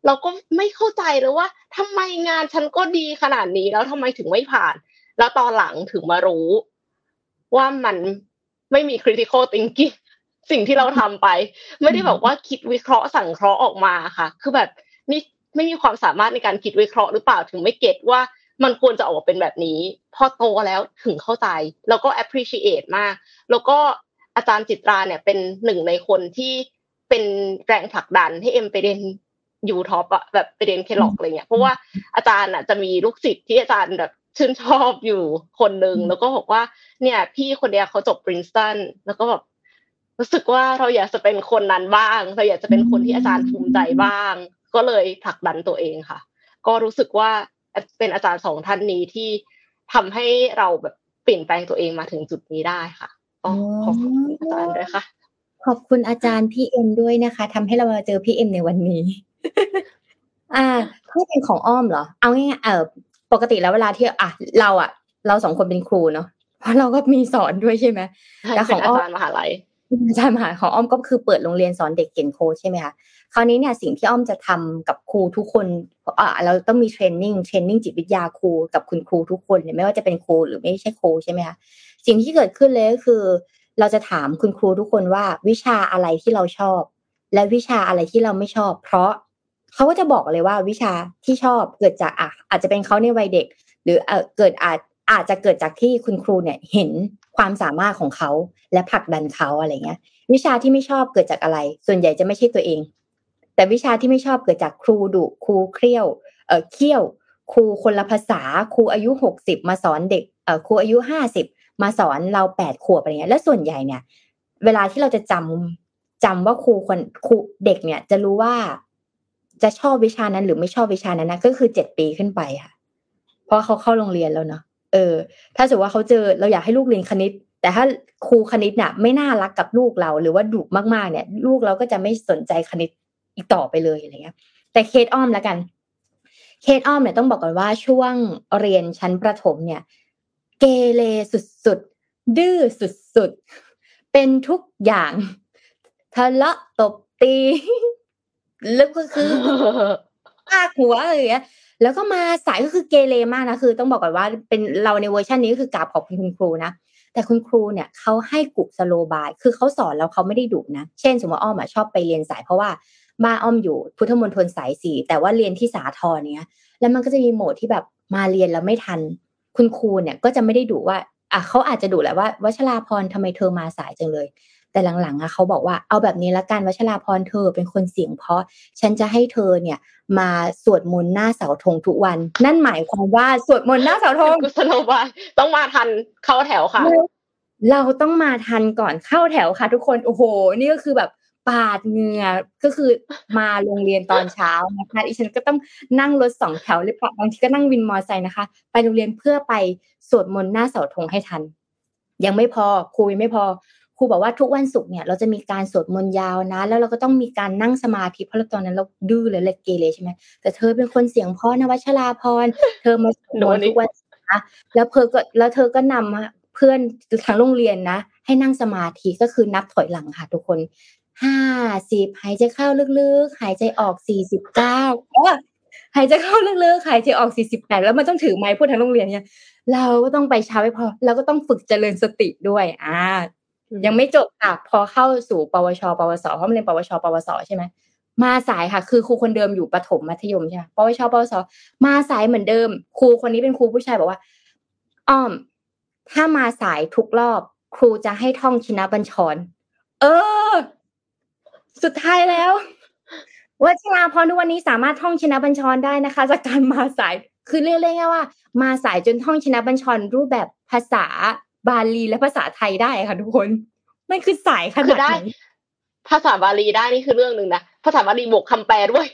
เราก็ไม่เข้าใจเลยว่าทำไมงานฉันก็ดีขนาดนี้แล้วทำไมถึงไม่ผ่านแล้วตอนหลังถึงมารู้ว่ามันไม่มี critical thinking สิ่งที่เราทำไปไม่ได้แบบว่าคิดวิเคราะห์สังเคราะห์ออกมาค่ะคือแบบนี่ไม่มีความสามารถในการคิดวิเคราะห์หรือเปล่าถึงไม่เก็ตว่ามันควรจะออกมาเป็นแบบนี้พอโตแล้วถึงเข้าใจแล้วก็ appreciate มากแล้วก็อาจารย์จิตราเนี่ยเป็นหนึ่งในคนที่เป็นแรงผลักดันให้เอ็มไปเรียนยูท็อปอะแบบไปเรียนเคล็อกอะไรเงี้ยเพราะว่าอาจารย์อะจะมีลูกศิษย์ที่อาจารย์แบบชื่นชอบอยู่คนนึงแล้วก็บอกว่าเนี่ยพี่คนเดียวเขาจบ Princeton แล้วก็แบบรู้สึกว่าเราอยากจะเป็นคนนั้นบ้างเราอยากจะเป็นคนที่อาจารย์ภูมิใจบ้างก็เลยผลักดันตัวเองค่ะก็รู้สึกว่าเป็นอาจารย์สองท่านนี้ที่ทำให้เราแบบเปลี่ยนแปลงตัวเองมาถึงจุดนี้ได้ค่ะก็ขอบคุณอาจารย์ด้วยค่ะขอบคุณอาจารย์พี่เอ็มด้วยนะคะทำให้เรามาเจอพี่เอ็มในวันนี้ อ่าถ้าเป็นของอ้อมเหรอเอาง่ายๆเออปกติแล้วเวลาที่อ่ะเราอ่ะเราสองคนเป็นครูเนาะเพราะเราก็มีสอนด้วยใช่ไหมแต่ของอ้อมอาจารย์มหาลัยอาจารย์มหาของอ้อมก็คือเปิดโรงเรียนสอนเด็กเขียนโค้ดใช่ไหมคะคราวนี้เนี่ยสิ่งที่อ้อมจะทำกับครูทุกคนอ่าเราต้องมีเทรนนิ่งเทรนนิ่งจิตวิทยาครูกับคุณครูทุกคนเนี่ยไม่ว่าจะเป็นครูหรือไม่ใช่ครูใช่ไหมคะสิ่งที่เกิดขึ้นเลยก็คือเราจะถามคุณครูทุกคนว่าวิชาอะไรที่เราชอบและวิชาอะไรที่เราไม่ชอบเพราะเขาก็จะบอกเลยว่าวิชาที่ชอบเกิดจากอ่ะอาจจะเป็นเขาในวัยเด็กหรือเอ่อเกิดอาจอาจจะเกิดจากที่คุณครูเนี่ยเห็นความสามารถของเขาและผลักดันเขาอะไรเงี้ยวิชาที่ไม่ชอบเกิดจากอะไรส่วนใหญ่จะไม่ใช่ตัวเองแต่วิชาที่ไม่ชอบเกิดจากครูดุครูเครี้ยวเอ่อเคี่ยวครูคนละภาษาครูอายุหกสิบมาสอนเด็กเอ่อครูอายุห้าสิบมาสอนเราแปดขวบอะไรเงี้ยและส่วนใหญ่เนี่ยเวลาที่เราจะจำจำว่าครูคนครูเด็กเนี่ยจะรู้ว่าจะชอบวิชานั้นหรือไม่ชอบวิชานั้นนะก็คือเจ็ดปีขึ้นไปค่ะเพราะเขาเข้าโรงเรียนแล้วเนาะเออถ้าสมมติว่าเขาเจอเราอยากให้ลูกเรียนคณิตแต่ถ้าครูคณิตน่ะไม่น่ารักกับลูกเราหรือว่าดุมากๆเนี่ยลูกเราก็จะไม่สนใจคณิตอีกต่อไปเลยอะไรเงี้ยแต่เคสอ้อมละกันเคสอ้อมเนี่ยต้องบอกก่อนว่าช่วงเรียนชั้นประถมเนี่ยเกเรสุดๆดื้อสุดๆเป็นทุกอย่างทะเลาะตบตีแล้วก็คือปากหัวอะไรอย่างเงี้ยแล้วก็มาสายก็คือเกเรมากนะคือต้องบอกก่อนว่าเป็นเราในเวอร์ชันนี้ก็คือกราบขอบคุณคุณครูนะแต่คุณครูเนี่ยเขาให้กุสโลบายคือเขาสอนแล้วเขาไม่ได้ดุนะเช่นสมมติอ้อมชอบไปเรียนสายเพราะว่าบ้านอ้อมอยู่พุทธมณฑลสายสี่แต่ว่าเรียนที่สาทรเนี้ยแล้วมันก็จะมีโหมดที่แบบมาเรียนแล้วไม่ทันคุณครูเนี่ยก็จะไม่ได้ดุว่าอ่ะเขาอาจจะดุแหละว่าวัชราพรทำไมเธอมาสายจังเลยแต่หลังๆอ่ะเขาบอกว่าเอาแบบนี้ละกันวัชราพรเธอเป็นคนเสียงเพราะฉันจะให้เธอเนี่ยมาสวดมนต์หน้าเสาธงทุกวันนั่นหมายความว่าสวดมนต์หน้าเสาธงกุศโลบายต้องมาทันเข้าแถวค่ะเราต้องมาทันก่อนเข้าแถวค่ะทุกคนโอ้โหนี่ก็คือแบบปาดเหงื่อก็คือมาโรงเรียนตอนเช้านะคะดิฉันก็ต้องนั่งรถสองแถวเลยปะบางทีก็นั่งวินมอเตอร์ไซค์นะคะไปโรงเรียนเพื่อไปสวดมนต์หน้าเสาธงให้ทันยังไม่พอครูยังไม่พอครูบอกว่าทุกวันศุกร์เนี่ยเราจะมีการสวดมนต์ยาวนะแล้วเราก็ต้องมีการนั่งสมาธิเพราะตอนนั้นเราดื้อเลยเล็กเกเรใช่ไหมแต่เธอเป็นคนเสียงเพราะนะวัชราพรเธอมาสวดมนต์ทุกวันนะแล้วเธอก็แล้วเธอก็นำเพื่อนทั้งโรงเรียนนะให้นั่งสมาธิก็คือนับถอยหลังค่ะทุกคนห้าสิบหายใจเข้าลึกๆหายใจออกสี่สิบเก้าเออหายใจเข้าลึกๆหายใจออกสี่สิบแปดแล้วมันต้องถือไม้พูดทั้งโรงเรียนเนี่ยเราก็ต้องไปเช้าไม่พอเราก็ต้องฝึกเจริญสติด้วยอ่ายังไม่จบค่ะพอเข้าสู่ปวชปวสเพราะมันเรียนปวชปวสใช่ไหมมาสายค่ะคือครูคนเดิมอยู่ประถมมัธยมใช่ไหมปวชปวสมาสายเหมือนเดิมครูคนนี้เป็นครูผู้ชายบอกว่าอ้อมถ้ามาสายทุกรอบครูจะให้ท่องชินบัญชรเออสุดท้ายแล้ววัชราพรทุกวันนี้สามารถท่องชินบัญชรได้นะคะจากการมาสายคือเรียกได้ง่ายว่ามาสายจนท่องชินบัญชรรูปแบบภาษาบาลีและภาษาไทยได้ค่ะทุกคนมันคือสายขนาดไหนภาษาบาลีได้นี่คือเรื่องนึงนะภาษาบาลีบวกคำแปลด้วย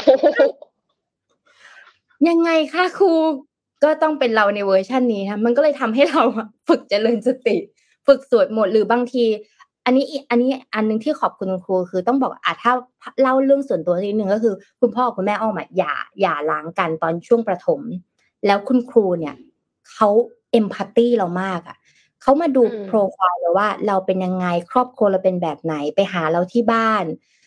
ยังไงคะครูก็ต้องเป็นเราในเวอร์ชันนี้นะมันก็เลยทำให้เราฝึกเจริญสติฝึกสวดมนต์หรือบางทีอันนี้อันนี้อันนึงที่ขอบคุณครูคือต้องบอกอ่ะถ้าเล่าเรื่องส่วนตัวนิดนึงก็คือคุณพ่อคุณแม่อ้อมอ่ะอย่าอย่าล้างกันตอนช่วงประถมแล้วคุณครูเนี่ยเขาเอมพัตตี้เรามากอ่ะเขามาดูโปรไฟล์เราว่าเราเป็นยังไงครอบครัวเราเป็นแบบไหนไปหาเราที่บ้าน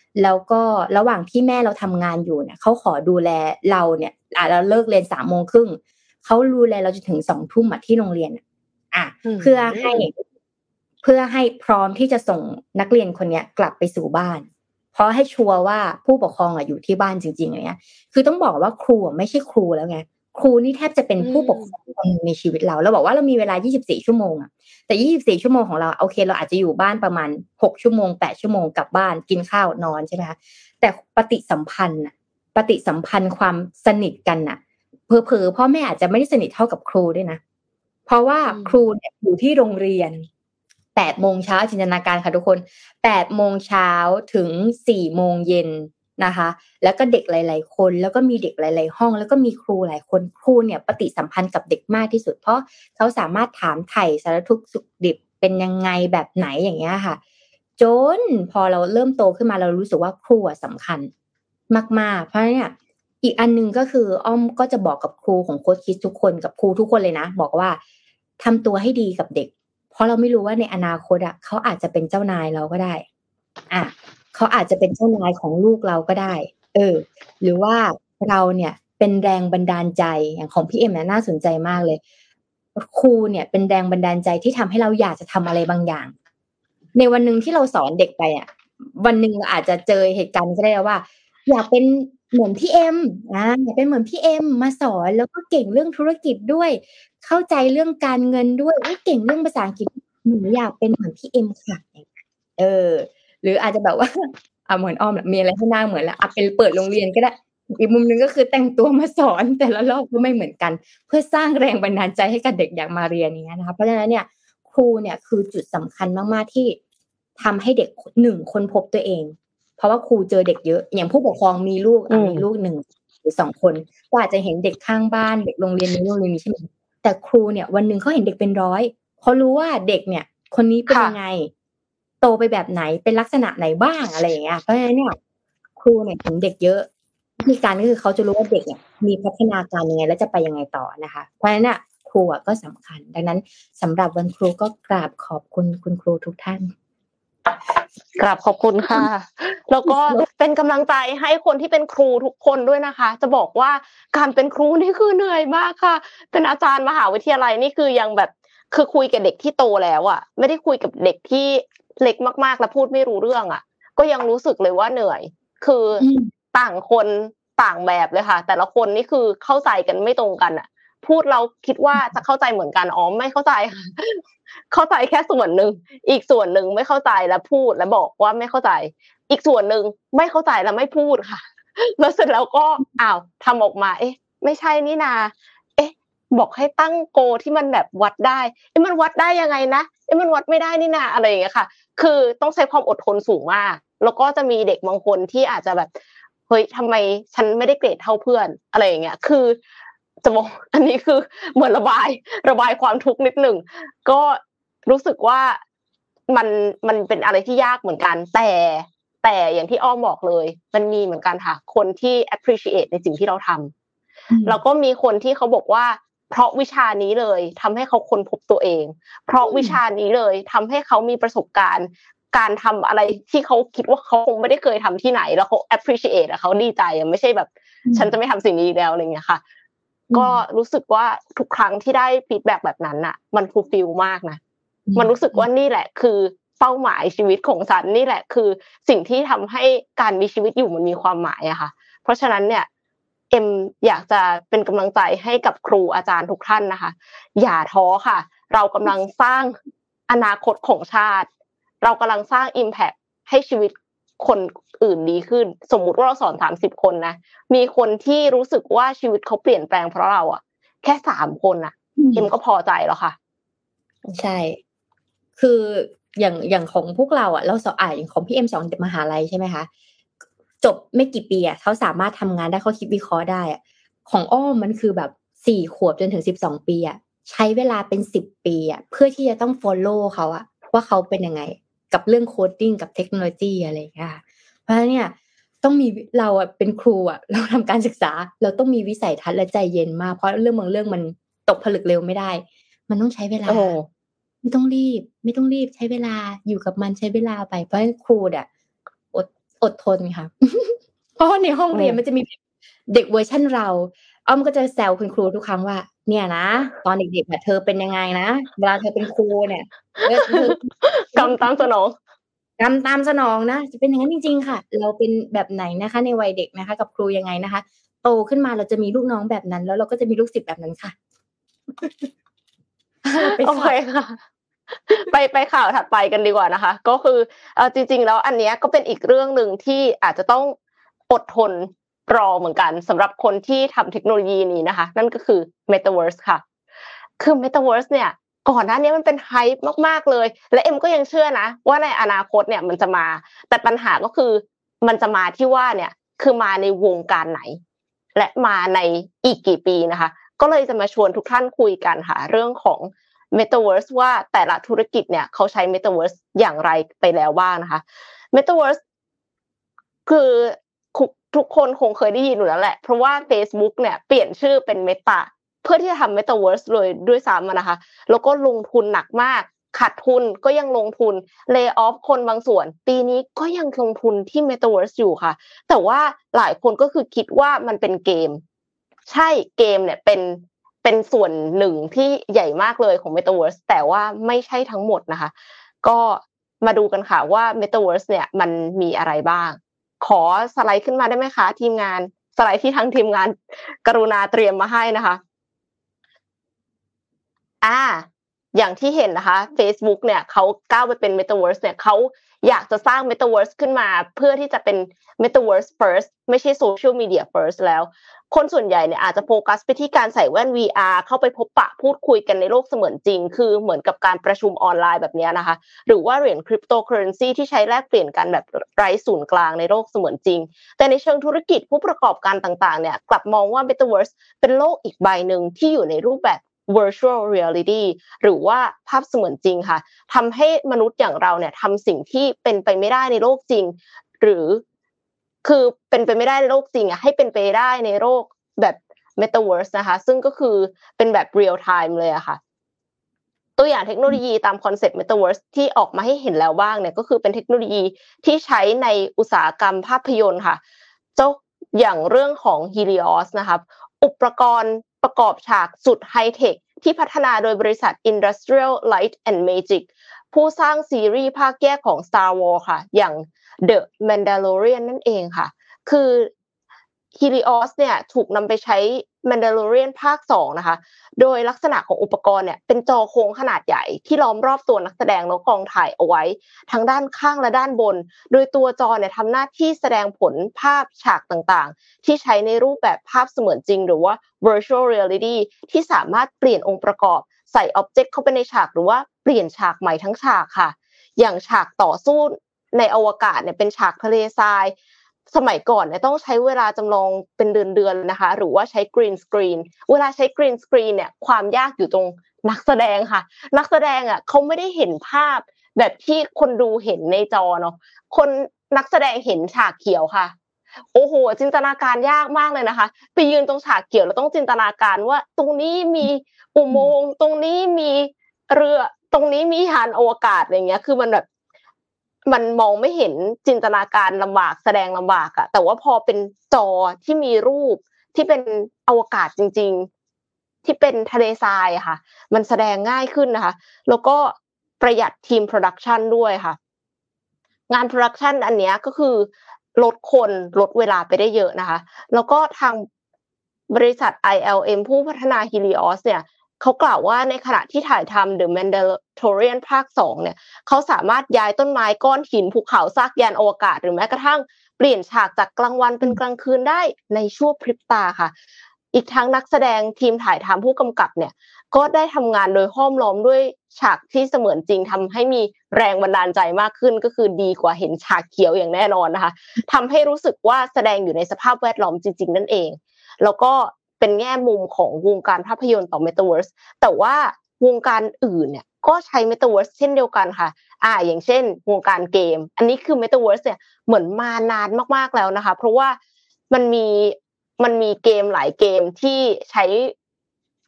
แล้วก็ระหว่างที่แม่เราทำงานอยู่เนี่ยเขาขอดูแลเราเนี่ยอ่ะเราเลิกเรียนสามโมงครึ่งเขาดูแลเราจนถึงสองทุ่มอ่ะที่โรงเรียนอ่ะเพื่อให้เพื่อให้พร้อมที่จะส่งนักเรียนคนนี้กลับไปสู่บ้านเพราะให้ชัวร์ว่าผู้ปกครองอ่ะอยู่ที่บ้านจริงๆอะไรเงี้ยคือต้องบอกว่าครูอ่ะไม่ใช่ครูแล้วไงครูนี่แทบจะเป็นผู้ปกครองคนนึงในชีวิตเราเราบอกว่าเรามีเวลายี่สิบสี่ชั่วโมงอ่ะแต่ยี่สิบสี่ชั่วโมงของเราโอเคเราอาจจะอยู่บ้านประมาณหกชั่วโมงแปดชั่วโมงกลับบ้านกินข้าวนอนใช่มั้ยคะแต่ปฏิสัมพันธ์น่ะปฏิสัมพันธ์ความสนิทกันน่ะเผลอๆพ่อแม่อาจจะไม่ได้สนิทเท่ากับครูด้วยนะเพราะว่าครูเนี่ยอยู่ที่โรงเรียนแปดโมงเช้าจินตนาการค่ะทุกคนแปดโมงเช้าถึงสี่โมงเย็นนะคะแล้วก็เด็กหลายๆคนแล้วก็มีเด็กหลายๆห้องแล้วก็มีครูหลายคนครูเนี่ยปฏิสัมพันธ์กับเด็กมากที่สุดเพราะเขาสามารถถามไถ่สารทุกข์สุขดิบเป็นยังไงแบบไหนอย่างเงี้ยค่ะจนพอเราเริ่มโตขึ้นมาเรารู้สึกว่าครูสำคัญมากๆเพราะเนี่ยอีกอันนึงก็คืออ้อมก็จะบอกกับครูของโค้ชคิดทุกคนกับครูทุกคนเลยนะบอกว่าทำตัวให้ดีกับเด็กเพราะเราไม่รู้ว่าในอนาคตอ่ะเขาอาจจะเป็นเจ้านายเราก็ได้อ่ะเขาอาจจะเป็นเจ้านายของลูกเราก็ได้เออหรือว่าเราเนี่ยเป็นแรงบันดาลใจอย่างของพี่เอ็มเนี่ยน่าสนใจมากเลยครูเนี่ยเป็นแรงบันดาลใจที่ทำให้เราอยากจะทำอะไรบางอย่างในวันนึงที่เราสอนเด็กไปอ่ะวันนึงเราอาจจะเจอเหตุการณ์ก็ได้ว่าอยากเป็นเหมือนพี่เอ็มอ่าอยากเป็นเหมือนพี่เอ็มมาสอนแล้วก็เก่งเรื่องธุรกิจด้วยเข้าใจเรื่องการเงินด้วยเก่งเรื่องภาษาอังกฤษหนูอยากเป็นเหมือนพี่เอ็มค่ะเออหรืออาจจะแบบว่าอ่ะเหมือนอ้อมมีอะไรให้หน้าเหมือนแล้วอ่ะเป็นเปิดโรงเรียนก็ได้อีกมุมนึงก็คือแต่งตัวมาสอนแต่ละรอบก็ไม่เหมือนกันเพื่อสร้างแรงบันดาลใจให้กับเด็กอยากมาเรียนอย่างเงี้ยนะคะเพราะฉะนั้นเนี่ยครูเนี่ยคือจุดสำคัญมากๆที่ทำให้เด็กหนึ่งค้นพบตัวเองเพราะว่าครูเจอเด็กเยอะอย่างผู้ปกครองมีลูกมีลูกหนึ่งหรือสองคนก็อาจจะเห็นเด็กข้างบ้านเด็กโรงเรียนนี้โรงเรียนนี้ใช่ไหมแต่ครูเนี่ยวันนึงเขาเห็นเด็กเป็นร้อยเขารู้ว่าเด็กเนี่ยคนนี้เป็นยังไงโตไปแบบไหนเป็นลักษณะไหนบ้างอะไรอย่างเงี้ยเพราะฉะนั้นเนี่ยครูเนี่ยถึงเด็กเยอะวิธีการก็คือเขาจะรู้ว่าเด็กเนี่ยมีพัฒนาการยังไงและจะไปยังไงต่อนะคะเพราะฉะนั้นเนี่ยครูก็สำคัญดังนั้นสำหรับวันครูก็กราบขอบคุณคุณครูทุกท่านกราบขอบคุณค่ะแล้วก็เป็นกำลังใจให้คนที่เป็นครูทุกคนด้วยนะคะจะบอกว่าการเป็นครูนี่คือเหนื่อยมากค่ะเป็นอาจารย์มหาวิทยาลัยนี่คือยังแบบคือคุยกับเด็กที่โตแล้วอ่ะไม่ได้คุยกับเด็กที่เล็กมากๆแล้วพูดไม่รู้เรื่องอ่ะก็ยังรู้สึกเลยว่าเหนื่อยคือต่างคนต่างแบบเลยค่ะแต่ละคนนี่คือเข้าใจกันไม่ตรงกันอ่ะพูดเราคิดว่าจะเข้าใจเหมือนกันอ๋อไม่เข้าใจค่ะเข้าใจแค่ส่วนนึงอีกส่วนนึงไม่เข้าใจแล้วพูดแล้วบอกว่าไม่เข้าใจอีกส่วนนึงไม่เข้าใจแล้วไม่พูดค่ะแล้วเสร็จแล้วก็อ้าวทำออกมาเอ๊ะไม่ใช่นี่นาเอ๊ะบอกให้ตั้งโกที่มันแบบวัดได้เอ๊ะมันวัดได้ยังไงนะเอ๊ะมันวัดไม่ได้นี่นาอะไรอย่างเงี้ยค่ะคือต้องใช้ความอดทนสูงมากแล้วก็จะมีเด็กบางคนที่อาจจะแบบเฮ้ยทำไมฉันไม่ได้เกรดเท่าเพื่อนอะไรอย่างเงี้ยคือจะบอกอันนี้คือเหมือนระบายระบายความทุกข์นิดหนึ่งก็รู้สึกว่ามันมันเป็นอะไรที่ยากเหมือนกันแต่แต่อย่างที่อ้อมบอกเลยมันมีเหมือนกันค่ะคนที่ appreciate ในสิ่งที่เราทำแล้วก็มีคนที่เขาบอกว่าเพราะวิชานี้เลยทำให้เขาค้นพบตัวเองเพราะวิชานี้เลยทำให้เขามีประสบการณ์การทำอะไรที่เขาคิดว่าเขาคงไม่ได้เคยทำที่ไหนแล้วเขา appreciate อะเขาดีใจอะไม่ใช่แบบฉันจะไม่ทำสิ่งนี้แล้วอะไรเงี้ยค่ะก็รู้สึกว่าทุกครั้งที่ได้ฟีดแบ็กแบบนั้นน่ะมันฟูลฟิลมากนะมันรู้สึกว่านี่แหละคือเป้าหมายชีวิตของฉันนี่แหละคือสิ่งที่ทำให้การมีชีวิตอยู่มันมีความหมายอะค่ะเพราะฉะนั้นเนี่ยเอ็มอยากจะเป็นกำลังใจให้กับครูอาจารย์ทุกท่านนะคะอย่าท้อค่ะเรากำลังสร้างอนาคตของชาติเรากำลังสร้าง impact ให้ชีวิตคนอื่นดีขึ้นสมมุติว่าเราสอนสามสิบคนนะมีคนที่รู้สึกว่าชีวิตเขาเปลี่ยนแปลงเพราะเราอะแค่สามคนน่ะเอ็มก็พอใจแล้วค่ะใช่คืออย่างอย่างของพวกเราอ่ะเราสอบอ่านอย่างของพี่เอ็มสองมหาลัยใช่ไหมคะจบไม่กี่ปีอ่ะเขาสามารถทำงานได้เขาคิดวิเคราะห์ได้อ่ะของอ้อมมันคือแบบสี่ขวบจนถึงสิบสองปีอ่ะใช้เวลาเป็นสิบปีอ่ะเพื่อที่จะต้อง follow เขาอ่ะว่าเขาเป็นยังไงกับเรื่องโคดดิ้งกับเทคโนโลยีอะไรอย่างเงี้ยเพราะฉะนั้นเนี่ยต้องมีเราอ่ะเป็นครูอ่ะเราทำการศึกษาเราต้องมีวิสัยทัศน์และใจเย็นมากเพราะเรื่องบางเรื่องมันตกผลึกเร็วไม่ได้มันต้องใช้เวลาไม่ต้องรีบไม่ต้องรีบใช้เวลาอยู่กับมันใช้เวลาไปเพราะฉะนั้นครูเนี่ยอดอดทนค่ะ เพราะว่าในห้องเรียนมันจะมีเด็กเวอร์ชันเราอ้อมก็จะแซวคุณครูทุกครั้งว่าเนี่ยนะตอนเด็กๆเนี่ยเธอเป็นยังไงนะเวลาเธอเป็นครูเนี่ยเธอกำตามสนองกำตามสนองนะจะเป็นอย่างนั้นจริงๆค่ะเราเป็นแบบไหนนะคะในวัยเด็กนะคะกับครูยังไงนะคะโตขึ้นมาเราจะมีลูกน้องแบบนั้นแล้วเราก็จะมีลูกศิษย์แบบนั้นค่ะโอเคค่ะไปไปข่าวถัดไปกันดีกว่านะคะก็คือเอ่อจริงๆแล้วอันเนี้ยก็เป็นอีกเรื่องนึงที่อาจจะต้องอดทนรอเหมือนกันสำหรับคนที่ทำเทคโนโลยีนี้นะคะนั่นก็คือ Metaverse ค่ะคือ Metaverse เนี่ยก่อนหน้านี้มันเป็นไฮป์มากๆเลยและเอ็มก็ยังเชื่อนะว่าในอนาคตเนี่ยมันจะมาแต่ปัญหาก็คือมันจะมาที่ว่าเนี่ยคือมาในวงการไหนและมาในอีกกี่ปีนะคะก็เลยจะมาชวนทุกท่านคุยกันค่ะเรื่องของ Metaverse ว่าแต่ละธุรกิจเนี่ยเขาใช้ Metaverse อย่างไรไปแล้วบ้างนะคะ Metaverse คือทุกคนคงเคยได้ยินอยู่แล้วแหละเพราะว่า Facebook เนี่ยเปลี่ยนชื่อเป็น Meta เพื่อที่จะทำ Metaverse เลยด้วยซ้ำนะคะแล้วก็ลงทุนหนักมากขาดทุนก็ยังลงทุน lay off คนบางส่วนปีนี้ก็ยังลงทุนที่ Metaverse อยู่ค่ะแต่ว่าหลายคนก็คือคิดว่ามันเป็นเกมใช่เกมเนี่ยเป็นเป็นส่วนหนึ่งที่ใหญ่มากเลยของ Metaverse แต่ว่าไม่ใช่ทั้งหมดนะคะก็มาดูกันค่ะว่า Metaverse เนี่ยมันมีอะไรบ้างขอสไลด์ขึ้นมาได้ไหมคะทีมงานสไลด์ที่ทั้งทีมงานกรุณาเตรียมมาให้นะคะอ่าอย่างที่เห็นนะคะ Facebook เนี่ยเขาก้าวไปเป็น Metaverse เนี่ยเขาอยากจะสร้าง Metaverse ขึ้นมาเพื่อที่จะเป็น Metaverse first ไม่ใช่ Social Media first แล้วคนส่วนใหญ่เนี่ยอาจจะโฟกัสไปที่การใส่แว่น วี อาร์ เข้าไปพบปะพูดคุยกันในโลกเสมือนจริงคือเหมือนกับการประชุมออนไลน์แบบนี้นะคะหรือว่าเหรียญคริปโตเคอเรนซีที่ใช้แลกเปลี่ยนกันแบบไร้ศูนย์กลางในโลกเสมือนจริงแต่ในเชิงธุรกิจผู้ประกอบการต่างๆเนี่ยกลับมองว่า Metaverse เป็นโลกอีกใบนึงที่อยู่ในรูปแบบ virtual reality หรือว่าภาพเสมือนจริงค่ะทำให้มนุษย์อย่างเราเนี่ยทำสิ่งที่เป็นไปไม่ได้ในโลกจริงหรือคือเป็นไปไม่ได้ในโลกจริงอ่ะให้เป็นไปได้ในโลกแบบ metaverse นะคะซึ่งก็คือเป็นแบบ real time เลยอะค่ะตัวอย่างเทคโนโลยีตามคอนเซ็ปต์ metaverse ที่ออกมาให้เห็นแล้วบ้างเนี่ยก็คือเป็นเทคโนโลยีที่ใช้ในอุตสาหกรรมภาพยนตร์ค่ะเจ้าอย่างเรื่องของ Helios นะคะอุปกรณ์ประกอบฉากสุดไฮเทคที่พัฒนาโดยบริษัท Industrial Light and Magic ผู้สร้างซีรีส์ภาคแยกของ Star Wars ค่ะอย่าง The Mandalorian นั่นเองค่ะคือ Helios เนี่ยถูกนำไปใช้ Mandalorian ภาคสองนะคะโดยลักษณะของอุปกรณ์เนี่ยเป็นจอโค้งขนาดใหญ่ที่ล้อมรอบตัวนักแสดงแล้วกองถ่ายเอาไว้ทั้งด้านข้างและด้านบนโดยตัวจอเนี่ยทำหน้าที่แสดงผลภาพฉากต่างๆที่ใช้ในรูปแบบภาพเสมือนจริงหรือว่า virtual reality ที่สามารถเปลี่ยนองค์ประกอบใส่อ็อบเจกต์เข้าไปในฉากหรือว่าเปลี่ยนฉากใหม่ทั้งฉากค่ะอย่างฉากต่อสู้ในอวกาศเนี่ยเป็นฉากทะเลทรายสมัยก่อนเนี่ยต้องใช้เวลาจำลองเป็นเดือนๆนะคะหรือว่าใช้กรีนสกรีนเวลาใช้กรีนสกรีนเนี่ยความยากอยู่ตรงนักแสดงค่ะนักแสดงอ่ะเขาไม่ได้เห็นภาพแบบที่คนดูเห็นในจอเนาะคนนักแสดงเห็นฉากเขียวค่ะโอ้โหจินตนาการยากมากเลยนะคะไปยืนตรงฉากเขียวแล้วต้องจินตนาการว่าตรงนี้มีอุโมงค์ตรงนี้มีเรือตรงนี้มียานอวกาศอะไรเงี้ยคือมันแบบมันมองไม่เห็นจินตนาการลำบากแสดงลำบากอะแต่ว่าพอเป็นจอที่มีรูปที่เป็นอวกาศจริงๆที่เป็นทะเลทรายค่ะมันแสดงง่ายขึ้นนะคะแล้วก็ประหยัดทีมโปรดักชันด้วยค่ะงานโปรดักชันอันเนี้ยก็คือลดคนลดเวลาไปได้เยอะนะคะแล้วก็ทางบริษัท ไอ แอล เอ็ม ผู้พัฒนา Helios เนี่ยเขากล่าวว่าในขณะที่ถ่ายทำ The Mandalorian ภาคสองเนี่ยเขาสามารถย้ายต้นไม้ก้อนหินภูเขาซากยานอวกาศหรือแม้กระทั่งเปลี่ยนฉากจากกลางวันเป็นกลางคืนได้ในชั่วพริบตาค่ะอีกทั้งนักแสดงทีมถ่ายทำผู้กำกับเนี่ยก็ได้ทำงานโดยห้อมล้อมด้วยฉากที่เสมือนจริงทำให้มีแรงบันดาลใจมากขึ้นก็คือดีกว่าเห็นฉากเขียวอย่างแน่นอนนะคะทำให้รู้สึกว่าแสดงอยู่ในสภาพแวดล้อมจริงๆนั่นเองแล้วก็เป็นแง่มุมของวงการภาพยนตร์ต่อ Metaverse แต่ว่าวงการอื่นเนี่ยก็ใช้ Metaverse เช่นเดียวกันค่ะอ่าอย่างเช่นวงการเกมอันนี้คือ Metaverse เนี่ยเหมือนมานานมากๆแล้วนะคะเพราะว่ามันมีมันมีเกมหลายเกมที่ใช้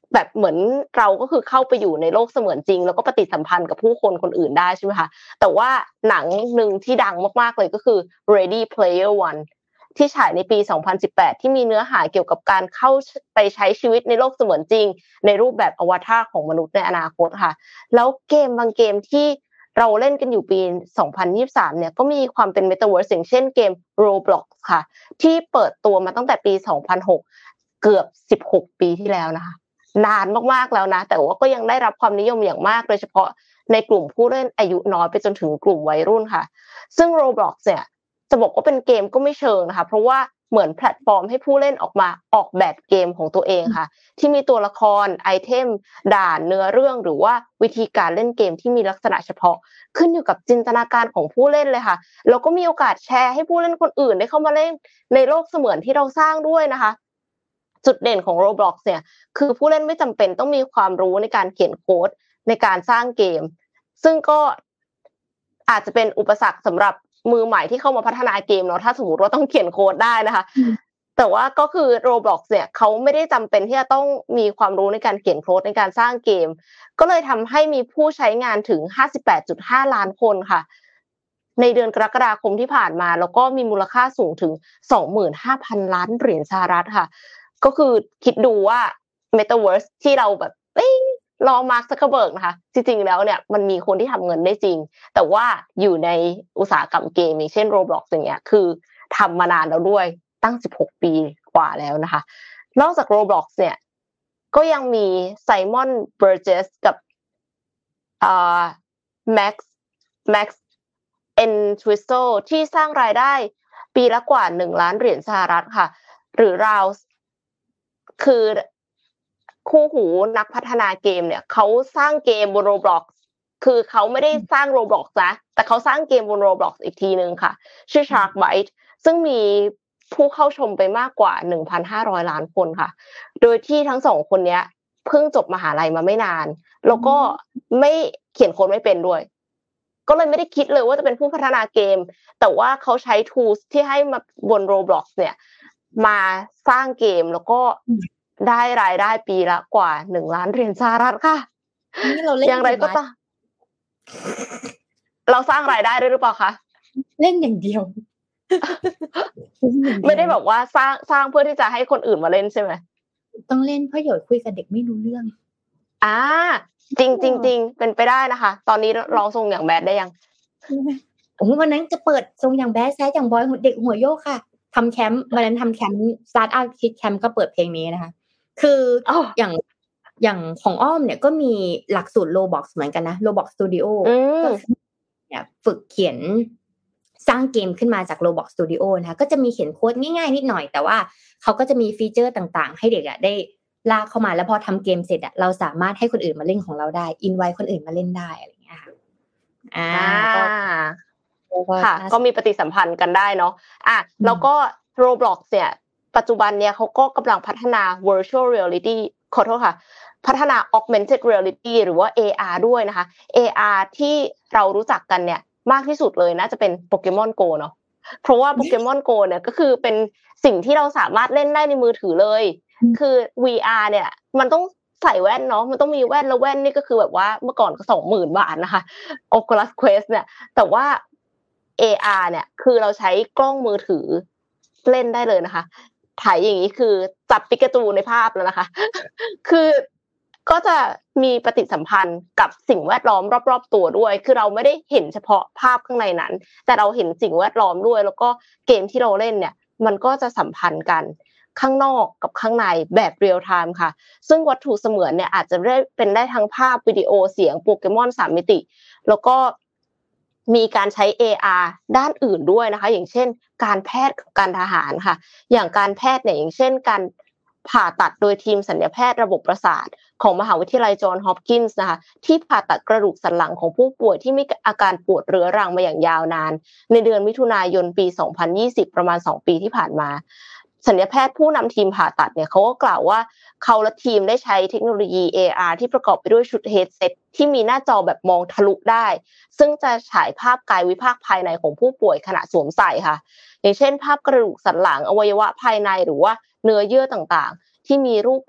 แบบเหมือนเราก็คือเข้าไปอยู่ในโลกเสมือนจริงแล้วก็ปฏิสัมพันธ์กับผู้คนคนอื่นได้ใช่ไหมคะแต่ว่าหนังนึงที่ดังมากๆเลยก็คือ Ready Player One ที่ฉายในปีสองพันสิบแปดที่มีเนื้อหาเกี่ยวกับการเข้าไปใช้ชีวิตในโลกเสมือนจริงในรูปแบบอวตารของมนุษย์ในอนาคตค่ะแล้วเกมบางเกมที่เราเล่นกันอยู่ปีสองพันยี่สิบสามเนี่ยก็มีความเป็น Metaverse อย่างเช่นเกม Roblox ค่ะที่เปิดตัวมาตั้งแต่ปีสองพันหกเกือบสิบหกปีที่แล้วนะคะนานมากๆแล้วนะแต่ว่าก็ยังได้รับความนิยมอย่างมากโดยเฉพาะในกลุ่มผู้เล่นอายุน้อยไปจนถึงกลุ่มวัยรุ่นค่ะซึ่ง Roblox เนี่ยจะบอกว่าเป็นเกมก็ไม่เชิงนะคะเพราะว่าเหมือนแพลตฟอร์มให้ผู้เล่นออกมาออกแบบเกมของตัวเองค่ะที่มีตัวละครไอเทมด่านเนื้อเรื่องหรือว่าวิธีการเล่นเกมที่มีลักษณะเฉพาะขึ้นอยู่กับจินตนาการของผู้เล่นเลยค่ะแล้วก็มีโอกาสแชร์ให้ผู้เล่นคนอื่นได้เข้ามาเล่นในโลกเสมือนที่เราสร้างด้วยนะคะจุดเด่นของ Roblox เนี่ยคือผู้เล่นไม่จำเป็นต้องมีความรู้ในการเขียนโค้ดในการสร้างเกมซึ่งก็อาจจะเป็นอุปสรรคสำหรับมือใหม่ที่เข้ามาพัฒนาเกมเนาะถ้าสมมติว่าต้องเขียนโค้ดได้นะคะแต่ว่าก็คือ Roblox เนี่ยเขาไม่ได้จำเป็นที่จะต้องมีความรู้ในการเขียนโค้ดในการสร้างเกมก็เลยทำให้มีผู้ใช้งานถึง ห้าสิบแปดจุดห้า ล้านคนค่ะในเดือนกรกฎาคมที่ผ่านมาแล้วก็มีมูลค่าสูงถึง สองหมื่นห้าพัน ล้านเหรียญสหรัฐค่ะก็คือคิดดูว่า Metaverse ที่เราแบบเอ้ยรอมาร์ค ซักเคอร์เบิร์กนะคะจริงๆแล้วเนี่ยมันมีคนที่ทำเงินได้จริงแต่ว่าอยู่ในอุตสาหกรรมเกมอย่างเช่น Roblox อย่างเงี้ยคือทำมานานแล้วด้วยตั้งสิบหกปีกว่าแล้วนะคะนอกจาก Roblox เนี่ยก็ยังมี Simon Burgess กับอ่า Max Max Entwistle ที่สร้างรายได้ปีละกว่าหนึ่งล้านเหรียญสหรัฐค่ะหรือราวคือคู่หูนักพัฒนาเกมเนี่ยเขาสร้างเกมบน Roblox คือเขาไม่ได้สร้าง Roblox นะแต่เขาสร้างเกมบน Roblox อีกทีนึงค่ะชื่อ Sharkbite ซึ่งมีผู้เข้าชมไปมากกว่า หนึ่งพันห้าร้อย ล้านคนค่ะโดยที่ทั้งสองคนเนี้ยเพิ่งจบมหาลัยมาไม่นานแล้วก็ไม่เขียนโค้ดไม่เป็นด้วยก็เลยไม่ได้คิดเลยว่าจะเป็นผู้พัฒนาเกมแต่ว่าเขาใช้ tools ที่ให้มาบน Roblox เนี่ยมาสร้างเกมแล้วก็ได้รายได้ปีละกว่าหนึ่งล้านเหรียญสหรัฐค่ะนี่เราเล่นอย่างไรก็ตามเราสร้างรายได้ด้วยหรือเปล่าคะเล่นอย่างเดียวไม่ได้แบบว่าสร้างสร้างเพื่อที่จะให้คนอื่นมาเล่นใช่ไหมต้องเล่นเพราะเดี๋ยวคุยกับเด็กไม่รู้เรื่องอ่าจริงจริงจริงเป็นไปได้นะคะตอนนี้ลองทรงอย่างแบดได้ยังโอ้วันนั้นจะเปิดทรงอย่างแบดแซ่อย่างบอยเด็กหัวโยกค่ะทำแคมป์วันนั้นทำแคมป์สตาร์ทอัพคิดแคมป์ก็เปิดเพลงนี้นะคะคืออย่างอย่างของอ้อมเนี่ยก็มีหลักสูตร Roblox เหมือนกันนะ Roblox Studio ก็เนี่ยฝึกเขียนสร้างเกมขึ้นมาจาก Roblox Studio นะคะก็จะมีเขียนโค้ดง่ายๆนิดหน่อยแต่ว่าเขาก็จะมีฟีเจอร์ต่างๆให้เด็กอ่ะได้ลากเข้ามาแล้วพอทำเกมเสร็จอ่ะเราสามารถให้คนอื่นมาเล่นของเราได้อินไว้คนอื่นมาเล่นได้อะไรอย่างเงี้ยค่ะอ่าค่ะก็มีปฏิสัมพันธ์กันได้เนาะอ่ะแล้วก็ Roblox เนี่ยปัจจุบันเนี่ยเขาก็กำลังพัฒนา virtual reality ขอโทษค่ะพัฒนา augmented reality หรือว่า เอ อาร์ ด้วยนะคะ เอ อาร์ ที่เรารู้จักกันเนี่ยมากที่สุดเลยน่าจะเป็น Pokemon Go เนาะเพราะว่า Pokemon Go เนี่ยก็คือเป็นสิ่งที่เราสามารถเล่นได้ในมือถือเลยคือ วี อาร์ เนี่ยมันต้องใส่แว่นเนาะมันต้องมีแว่นแล้วแว่นนี่ก็คือแบบว่าเมื่อก่อนก็ สองหมื่น บาทนะคะ Oculus Quest เนี่ยแต่ว่า เอ อาร์ เนี่ยคือเราใช้กล้องมือถือเล่นได้เลยนะคะถ่ายอย่างนี้คือจับปิกาจูในภาพแล้วนะคะคือก็จะมีปฏิสัมพันธ์กับสิ่งแวดล้อมรอบๆตัวด้วยคือเราไม่ได้เห็นเฉพาะภาพข้างในนั้นแต่เราเห็นสิ่งแวดล้อมด้วยแล้วก็เกมที่เราเล่นเนี่ยมันก็จะสัมพันธ์กันข้างนอกกับข้างในแบบเรียลไทม์ค่ะซึ่งวัตถุเสมือนเนี่ยอาจจะได้เป็นได้ทั้งภาพวิดีโอเสียงโปเกมอนสามมิติแล้วก็มีการใช้ เอ อาร์ ด้านอื่นด้วยนะคะอย่างเช่นการแพทย์กับการทหารค่ะอย่างการแพทย์เนี่ยอย่างเช่นการผ่าตัดโดยทีมศัลยแพทย์ระบบประสาทของมหาวิทยาลัยจอห์นฮอปกินส์นะคะที่ผ่าตัดกระดูกสันหลังของผู้ป่วยที่มีอาการปวดเรื้อรังมาอย่างยาวนานในเดือนมิถุนายนปีสองพันยี่สิบประมาณสองปีที่ผ่านมาศัลยแพทย์ผู้นำทีมผ่าตัดเนี่ยเขาก็กล่าวว่าเขาและทีมได้ใช้เทคโนโลยี เอ อาร์ ที่ประกอบไปด้วยชุดเฮดเซ็ตที่มีหน้าจอแบบมองทะลุได้ซึ่งจะฉายภาพกายวิภาคภายในของผู้ป่วยขณะสวมใส่ค่ะอย่างเช่นภาพกระดูกสันหลังอวัยวะภายในหรือว่าเนื้อเยื่อต่างๆที่มีรูปแบบ เอ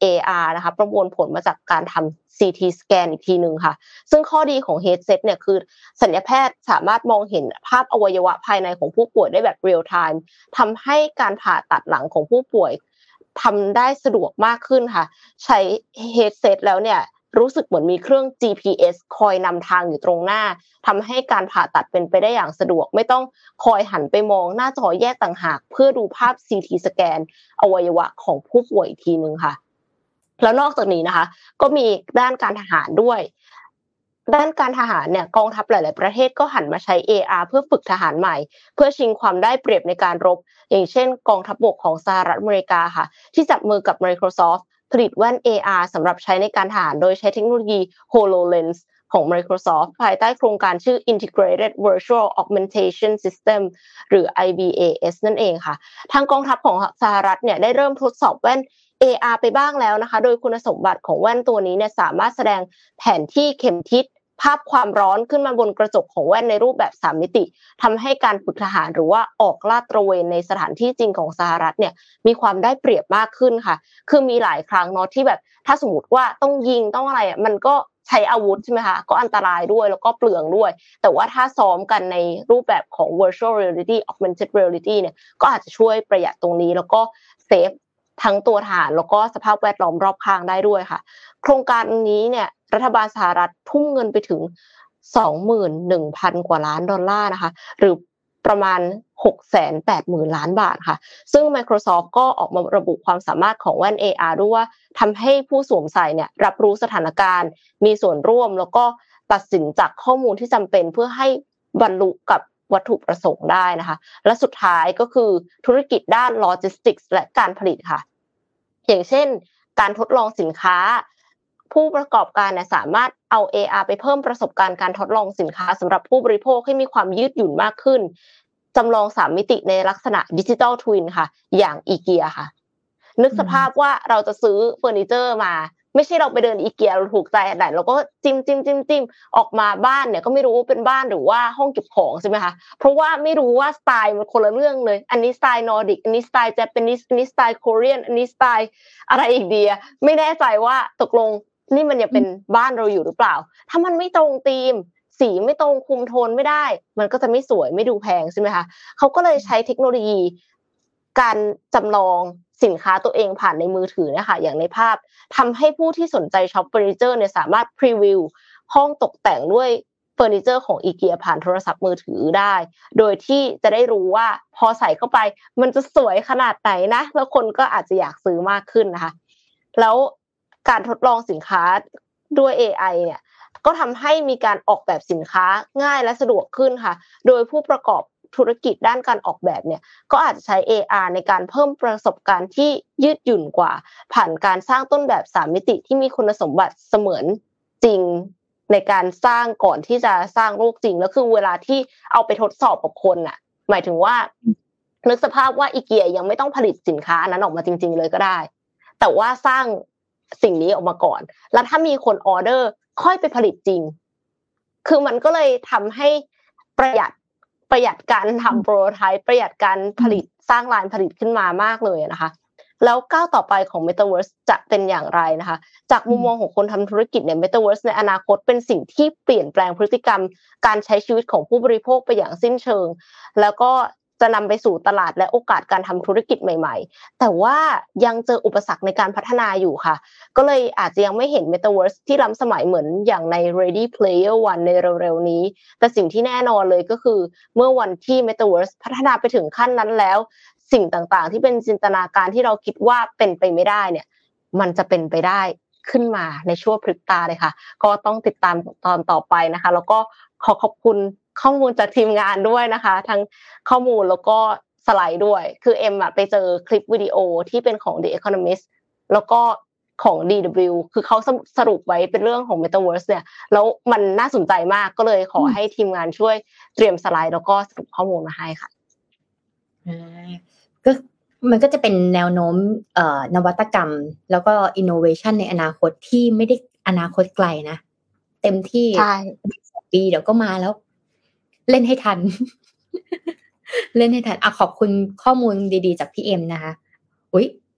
เอ อาร์ นะคะประมวลผลมาจากการทำ ซี ที scan อีกทีนึงค่ะซึ่งข้อดีของ headset เนี่ยคือศัลยแพทย์สามารถมองเห็นภาพอวัยวะภายในของผู้ป่วยได้แบบ real time ทำให้การผ่าตัดหลังของผู้ป่วยทำได้สะดวกมากขึ้นค่ะใช้ headset แล้วเนี่ยรู้สึกเหมือนมีเครื่อง จี พี เอส คอยนำทางอยู่ตรงหน้าทำให้การผ่าตัดเป็นไปได้อย่างสะดวกไม่ต้องคอยหันไปมองหน้าจอแยกต่างหากเพื่อดูภาพ ซี ที สแกนอวัยวะของผู้ป่วยอีกทีนึงค่ะแล้วนอกจากนี้นะคะก็มีด้านการทหารด้วยด้านการทหารเนี่ยกองทัพหลายๆประเทศก็หันมาใช้ เอ อาร์ เพื่อฝึกทหารใหม่เพื่อชิงความได้เปรียบในการรบอย่างเช่นกองทัพบกของสหรัฐอเมริกาค่ะที่จับมือกับ Microsoft ผลิตแว่น เอ อาร์ สำหรับใช้ในการทหารโดยใช้เทคโนโลยี HoloLens ของ Microsoft ภายใต้โครงการชื่อ Integrated Virtual Augmentation System หรือ ไอ วี เอ เอส นั่นเองค่ะทางกองทัพของสหรัฐเนี่ยได้เริ่มทดสอบแว่น เอ อาร์ ไปบ้างแล้วนะคะโดยคุณสมบัติของแว่นตัวนี้เนี่ยสามารถแสดงแผนที่เข็มทิศภาพความร้อนขึ้นมาบนกระจกของแว่นในรูปแบบสามมิติทำให้การฝึกทหารหรือว่าออกลาดตระเวนในสถานที่จริงของสหรัฐเนี่ยมีความได้เปรียบมากขึ้นค่ะคือมีหลายครั้งเนาะที่แบบถ้าสมมติว่าต้องยิงต้องอะไรมันก็ใช้อาวุธใช่ไหมคะก็อันตรายด้วยแล้วก็เปลืองด้วยแต่ว่าถ้าซ้อมกันในรูปแบบของ virtual reality augmented reality เนี่ยก็อาจจะช่วยประหยัดตรงนี้แล้วก็เซฟทั้งตัวทหารแล้วก็สภาพแวดล้อมรอบข้างได้ด้วยค่ะโครงการนี้เนี่ยรัฐบาลสหรัฐทุ่มเงินไปถึง สองหมื่นหนึ่งพัน กว่าล้านดอลลาร์นะคะหรือประมาณ หกแสนแปดหมื่น ล้านบาทค่ะซึ่ง Microsoft ก็ออกมาระบุความสามารถของแว่น เอ อาร์ ด้วยว่าทำให้ผู้สวมใส่เนี่ยรับรู้สถานการณ์มีส่วนร่วมแล้วก็ตัดสินจากข้อมูลที่จำเป็นเพื่อให้บรรลุกับวัตถุประสงค์ได้นะคะและสุดท้ายก็คือธุรกิจด้านโลจิสติกส์และการผลิตค่ะอย่างเช่นการทดลองสินค้าผู้ประกอบการเนี่ยสามารถเอา เอ อาร์ ไปเพิ่มประสบการณ์การทดลองสินค้าสำหรับผู้บริโภคให้มีความยืดหยุ่นมากขึ้นจำลองสามมิติในลักษณะดิจิทัลทวินค่ะอย่างอีเกียค่ะนึกสภาพว่าเราจะซื้อเฟอร์นิเจอร์มาไม่ใช่เราไปเดินอีเกียเราถูกใจอันไหนเราก็จิ้มจิ้มจิ้มจิ้มออกมาบ้านเนี่ยก็ไม่รู้ว่าเป็นบ้านหรือว่าห้องเก็บของใช่ไหมคะเพราะว่าไม่รู้ว่าสไตล์มันคนละเรื่องเลยอันนี้สไตล์นอร์ดิกอันนี้สไตล์เจแปนิสอันนี้สไตล์โคเรียนอันนี้สไตล์อะไรอีกดีอะไม่แน่ใจว่าตกลงนี่มันยังเป็นบ้านเราอยู่หรือเปล่าถ้ามันไม่ตรงธีมสีไม่ตรงคุมโทนไม่ได้มันก็จะไม่สวยไม่ดูแพงใช่ไหมคะเขาก็เลยใช้เทคโนโลยีการจำลองสินค้าตัวเองผ่านในมือถือเนี่ยค่ะอย่างในภาพทำให้ผู้ที่สนใจช็อปเฟอร์นิเจอร์เนี่ยสามารถพรีวิวห้องตกแต่งด้วยเฟอร์นิเจอร์ของอีเกียผ่านโทรศัพท์มือถือได้โดยที่จะได้รู้ว่าพอใส่เข้าไปมันจะสวยขนาดไหนนะแล้วคนก็อาจจะอยากซื้อมากขึ้นนะคะแล้วการทดลองสินค้าด้วย เอ ไอ เนี่ยก็ทำให้มีการออกแบบสินค้าง่ายและสะดวกขึ้นค่ะโดยผู้ประกอบธุรกิจด้านการออกแบบเนี่ยก็อาจจะใช้ เอ อาร์ ในการเพิ่มประสบการณ์ที่ยืดหยุ่นกว่าผ่านการสร้างต้นแบบสามมิติที่มีคุณสมบัติเสมือนจริงในการสร้างก่อนที่จะสร้างโลกจริงแล้วคือเวลาที่เอาไปทดสอบกับคนน่ะหมายถึงว่านึกสภาพว่าอีเกียยังไม่ต้องผลิตสินค้านั้นออกมาจริงๆเลยก็ได้แต่ว่าสร้างสิ่งนี้ออกมาก่อนแล้วถ้ามีคนออเดอร์ค่อยไปผลิตจริงคือมันก็เลยทำให้ประหยัดประหยัดการทำโปรโตไทป์ประหยัดการผลิตสร้างลายผลิตขึ้นมามากเลยนะคะแล้วก้าวต่อไปของ Metaverse จะเป็นอย่างไรนะคะจากมุมมองของคนทำธุรกิจเนี่ย Metaverse ในอนาคตเป็นสิ่งที่เปลี่ยนแปลงพฤติกรรมการใช้ชีวิตของผู้บริโภคไปอย่างสิ้นเชิงแล้วก็จะนำไปสู่ตลาดและโอกาสการทำธุรกิจใหม่ๆแต่ว่ายังเจออุปสรรคในการพัฒนาอยู่ค่ะก็เลยอาจจะยังไม่เห็น Metaverse ที่ล้ำสมัยเหมือนอย่างใน Ready Player One ในเร็วๆนี้แต่สิ่งที่แน่นอนเลยก็คือเมื่อวันที่ Metaverse พัฒนาไปถึงขั้นนั้นแล้วสิ่งต่างๆที่เป็นจินตนาการที่เราคิดว่าเป็นไปไม่ได้เนี่ยมันจะเป็นไปได้ขึ้นมาในชั่วพริบตาเลยค่ะก็ต้องติดตามตอนต่อไปนะคะแล้วก็ขอขอบคุณข้อมูลจากทีมงานด้วยนะคะทั้งข้อมูลแล้วก็สไลด์ด้วยคือเอ็มอ่ะไปเจอคลิปวิดีโอที่เป็นของ The Economist แล้วก็ของ ดี ดับเบิลยู คือเขาสรุปไว้เป็นเรื่องของ Metaverse เนี่ยแล้วมันน่าสนใจมากก็เลยขอให้ทีมงานช่วยเตรียมสไลด์แล้วก็สรุปข้อมูลมาให้ค่ะอ่าก็มันก็จะเป็นแนวโน้มเอ่อนวัตกรรมแล้วก็ innovation ในอนาคตที่ไม่ได้อนาคตไกลนะเต็มที่ใช่สองปีเดี๋ยวก็มาแล้วเล่นให้ทัน เล่นให้ทันอ่ะขอบคุณข้อมูลดีๆจากพี่เอ็มนะคะอุ๊ยแ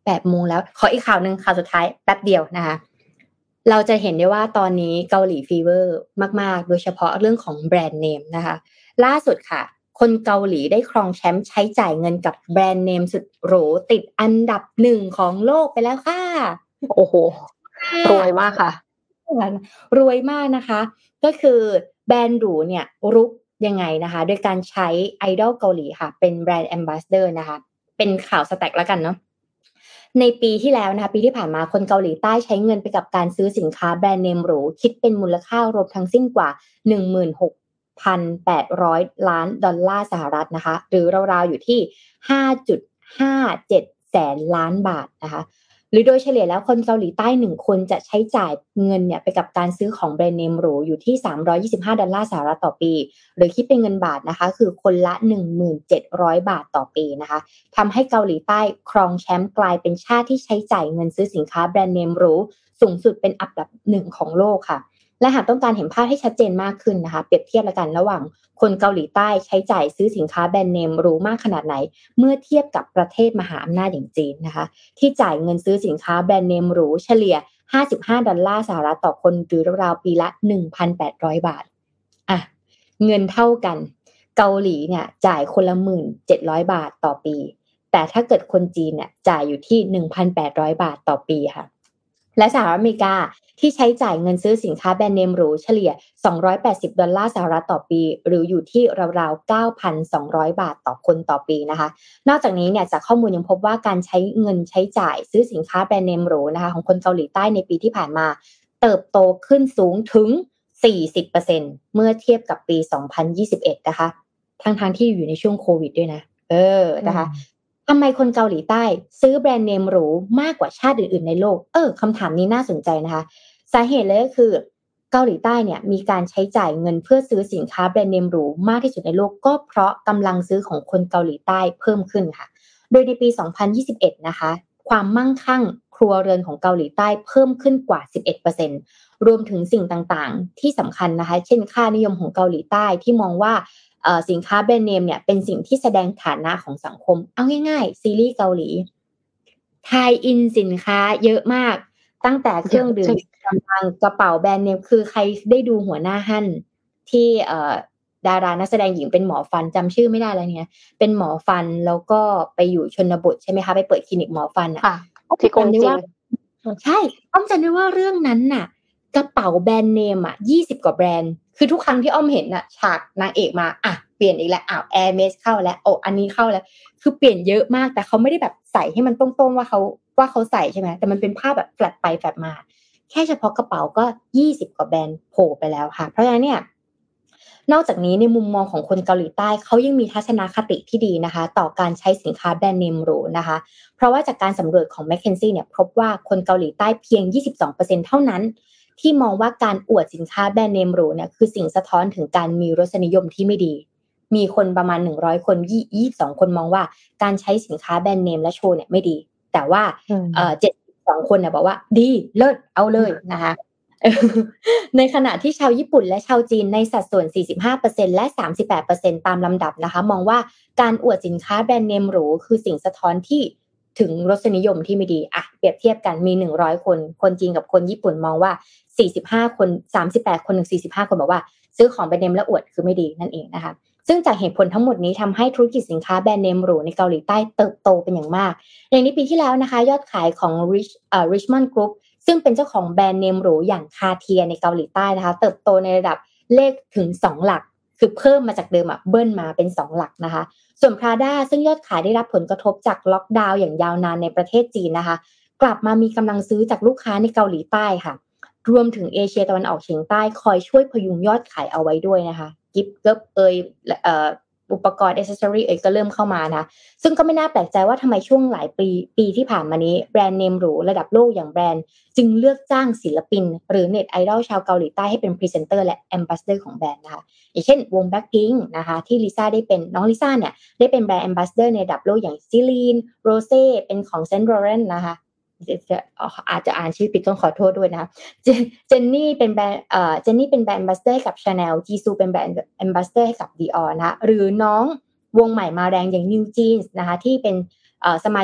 แปดโมงแล้วขออีกข่าวนึงข่าวสุดท้ายแป๊บเดียวนะคะเราจะเห็นได้ว่าตอนนี้เกาหลีฟีเวอร์มากๆโดยเฉพาะเรื่องของแบรนด์เนมนะคะล่าสุดค่ะคนเกาหลีได้ครองแชมป์ใช้จ่ายเงินกับแบรนด์เนมสุดหรูติดอันดับหนึ่งของโลกไปแล้วค่ะโอ้โหรวยมากค่ะรวยมากนะคะก็คือแบรนด์หรูเนี่ยรุกยังไงนะคะโดยการใช้ไอดอลเกาหลีค่ะเป็นแบรนด์แอมบาสเดอร์นะคะเป็นข่าวสแต็กแล้วกันเนาะในปีที่แล้วนะคะปีที่ผ่านมาคนเกาหลีใต้ใช้เงินไปกับการซื้อสินค้าแบรนด์เนมหรูคิดเป็นมูลค่ารวมทั้งสิ้นกว่า หนึ่งหมื่นหกพันแปดร้อย ล้านดอลลาร์สหรัฐนะคะหรือราวๆอยู่ที่ ห้าจุดห้าเจ็ด แสนล้านบาทนะคะหรือโดยเฉลี่ยแล้วคนเกาหลีใต้หนึ่งคนจะใช้จ่ายเงินเนี่ยไปกับการซื้อของแบรนด์เนมหรูอยู่ที่สามร้อยยี่สิบห้าดอลลาร์สหรัฐต่อปีหรือคิดเป็นเงินบาทนะคะคือคนละ หนึ่งพันเจ็ดร้อย บาทต่อปีนะคะทำให้เกาหลีใต้ครองแชมป์กลายเป็นชาติที่ใช้จ่ายเงินซื้อสินค้าแบรนด์เนมหรูสูงสุดเป็นอันดับหนึ่งของโลกค่ะและหากต้องการเห็นภาพให้ชัดเจนมากขึ้นนะคะเปรียบเทียบละกันระหว่างคนเกาหลีใต้ใช้จ่ายซื้อสินค้าแบรนด์เนมหรูมากขนาดไหนเมื่อเทียบกับประเทศมหาอำนาจอย่างจีนนะคะที่จ่ายเงินซื้อสินค้าแบรนด์เนมหรูเฉลี่ยห้าสิบห้าดอลลาร์สหรัฐต่อคนหรือราวๆปีละ หนึ่งพันแปดร้อย บาทอ่ะเงินเท่ากันเกาหลีเนี่ยจ่ายคนละ หนึ่งพันเจ็ดร้อย บาทต่อปีแต่ถ้าเกิดคนจีนเนี่ยจ่ายอยู่ที่ หนึ่งพันแปดร้อย บาทต่อปีค่ะและสหรัฐอเมริกาที่ใช้จ่ายเงินซื้อสินค้าแบรนด์เนมหรูเฉลี่ยสองร้อยแปดสิบดอลลาร์สหรัฐต่อปีหรืออยู่ที่ราวๆ เก้าพันสองร้อย บาทต่อคนต่อปีนะคะนอกจากนี้เนี่ยจากข้อมูลยังพบว่าการใช้เงินใช้จ่ายซื้อสินค้าแบรนด์เนมหรูนะคะของคนเกาหลีใต้ในปีที่ผ่านมาเติบโตขึ้นสูงถึง สี่สิบเปอร์เซ็นต์ เมื่อเทียบกับปีสองพันยี่สิบเอ็ดนะคะทั้งๆที่อยู่ในช่วงโควิดด้วยนะเออนะคะทำไมคนเกาหลีใต้ซื้อแบรนด์เนมหรูมากกว่าชาติอื่นๆในโลกเออคำถามนี้น่าสนใจนะคะสาเหตุเลยก็คือเกาหลีใต้เนี่ยมีการใช้จ่ายเงินเพื่อซื้อสินค้าแบรนด์เนมหรูมากที่สุดในโลกก็เพราะกำลังซื้อของคนเกาหลีใต้เพิ่มขึ้นค่ะโดยในปีสองพันยี่สิบเอ็ดนะคะความมั่งคั่งครัวเรือนของเกาหลีใต้เพิ่มขึ้นกว่า สิบเอ็ดเปอร์เซ็นต์ รวมถึงสิ่งต่างๆที่สำคัญนะคะเช่นค่านิยมของเกาหลีใต้ที่มองว่าสินค้าแบรนด์เนมเนี่ยเป็นสิ่งที่แสดงฐานะของสังคมเอาง่ายๆซีรีส์เกาหลีไทยอินสินค้าเยอะมากตั้งแต่เครื่องดื่มกำลังกระเป๋าแบรนด์เนมคือใครได้ดูหัวหน้าหั่นที่เอ่อดารานักแสดงหญิงเป็นหมอฟันจำชื่อไม่ได้แล้วเนี่ยเป็นหมอฟันแล้วก็ไปอยู่ชนบทใช่ไหมคะไปเปิดคลินิกหมอฟันอ่ะที่กงจริงใช่อ้อมจำได้ว่าเรื่องนั้นน่ะกระเป๋าแบรนด์เนมอ่ะยี่สิบกว่าแบรนด์คือทุกครั้งที่อ้อมเห็นน่ะฉากนางเอกมาอ่ะเปลี่ยนอีกแล้วอ้าว Hermes เข้าแล้วโอ้อันนี้เข้าแล้วคือเปลี่ยนเยอะมากแต่เขาไม่ได้แบบใส่ให้มันตรงๆว่าเขาว่าเขาใส่ใช่ไหมแต่มันเป็นภาพแบบแฟลตไปแฟลตมาแค่เฉพาะกระเป๋าก็ยี่สิบกว่าแบรนด์โผล่ไปแล้วค่ะเพราะฉะนั้นเนี่ยนอกจากนี้ในมุมมองของคนเกาหลีใต้เขายังมีทัศนคติที่ดีนะคะต่อการใช้สินค้าแบรนด์เนมหรูนะคะเพราะว่าจากการสำรวจของ แมคเคนซี่ เนี่ยพบว่าคนเกาหลีใต้เพียง ยี่สิบสองเปอร์เซ็นต์ เท่านั้นที่มองว่าการอวดสินค้าแบรนด์เนมหรูเนี่ยคือสิ่งสะท้อนถึงการมีรสนิยมที่ไม่ดีมีคนประมาณหนึ่งร้อยคนยี่สิบสองคนมองว่าการใช้สินค้าแบรนด์เนมและโชว์เนี่ยไม่ดีแต่ว่าเอ่อเจ็ดสิบสองคนน่ะบอกว่าดีเลิศเอาเลยนะคะในขณะที่ชาวญี่ปุ่นและชาวจีนในสัดส่วน สี่สิบห้าเปอร์เซ็นต์ และ สามสิบแปดเปอร์เซ็นต์ ตามลำดับนะคะมองว่าการอวดสินค้าแบรนด์เนมหรูคือสิ่งสะท้อนที่ถึงรสนิยมที่ไม่ดีอ่ะเปรียบเทียบกันมีหนึ่งร้อยคนคนจีนกับคนญี่ปุ่นมองว่าสี่สิบห้าคนสามสิบแปดคนถึงสี่สิบห้าคนบอกว่าซื้อของแบรนด์เนมแล้วอวดคือไม่ดีนั่นเองนะคะซึ่งจากเหตุผลทั้งหมดนี้ทำให้ธุรกิจสินค้าแบรนด์เนมหรูในเกาหลีใต้เติบโตเป็นอย่างมากอย่างนี้ปีที่แล้วนะคะยอดขายของ Rich เอ่อ Richmond Group ซึ่งเป็นเจ้าของแบรนด์เนมหรูอย่างคาเทียในเกาหลีใต้นะคะเติบโตในระดับเลขถึงสองหลักคือเพิ่มมาจากเดิมอ่ะเบิ้ลมาเป็นสองหลักนะคะส่วน Prada ซึ่งยอดขายได้รับผลกระทบจากล็อกดาวน์อย่างยาวนานในประเทศจีนนะคะกลับมามีกำลังซื้อจากลูกค้าในเกาหลีใต้ค่ะรวมถึงเอเชียตะวันออกเฉียงใต้คอยช่วยพยุงยอดขายเอาไว้ด้วยนะคะกิฟต์เกิบเอยเอ่ออุปกรณ์ accessory เอยก็เริ่มเข้ามานะซึ่งก็ไม่น่าแปลกใจว่าทำไมช่วงหลายปีปีที่ผ่านมานี้แบรนด์เนมหรูระดับโลกอย่างแบรนด์จึงเลือกจ้างศิลปินหรือเน็ตไอดอลชาวเกาหลีใต้ให้เป็นพรีเซนเตอร์และแอมบาสเดอร์ของแบรนด์นะคะอย่างเช่นวง Blackpink นะคะที่ลิซ่าได้เป็นน้องลิซ่าเนี่ยได้เป็นแบรนด์แอมบาสเดอร์ในระดับโลกอย่างซิลีนโรเซ่เป็นของ Saint Laurent นะคะอาจจะอ่านชื่อผิดต้องขอโทษด้วยนะคะเจนนี่เป็นแบรนด์เอ่อเจนนี่เป็นแบรนด์แอมบาสเดอร์กับ Chanel จีซูเป็นแบรนด์แอมบาสเดอร์ให้กับ Dior นะคะหรือน้องวงใหม่มาแรงอย่าง New Jeans นะคะที่เป็นเอ่อสมาชิก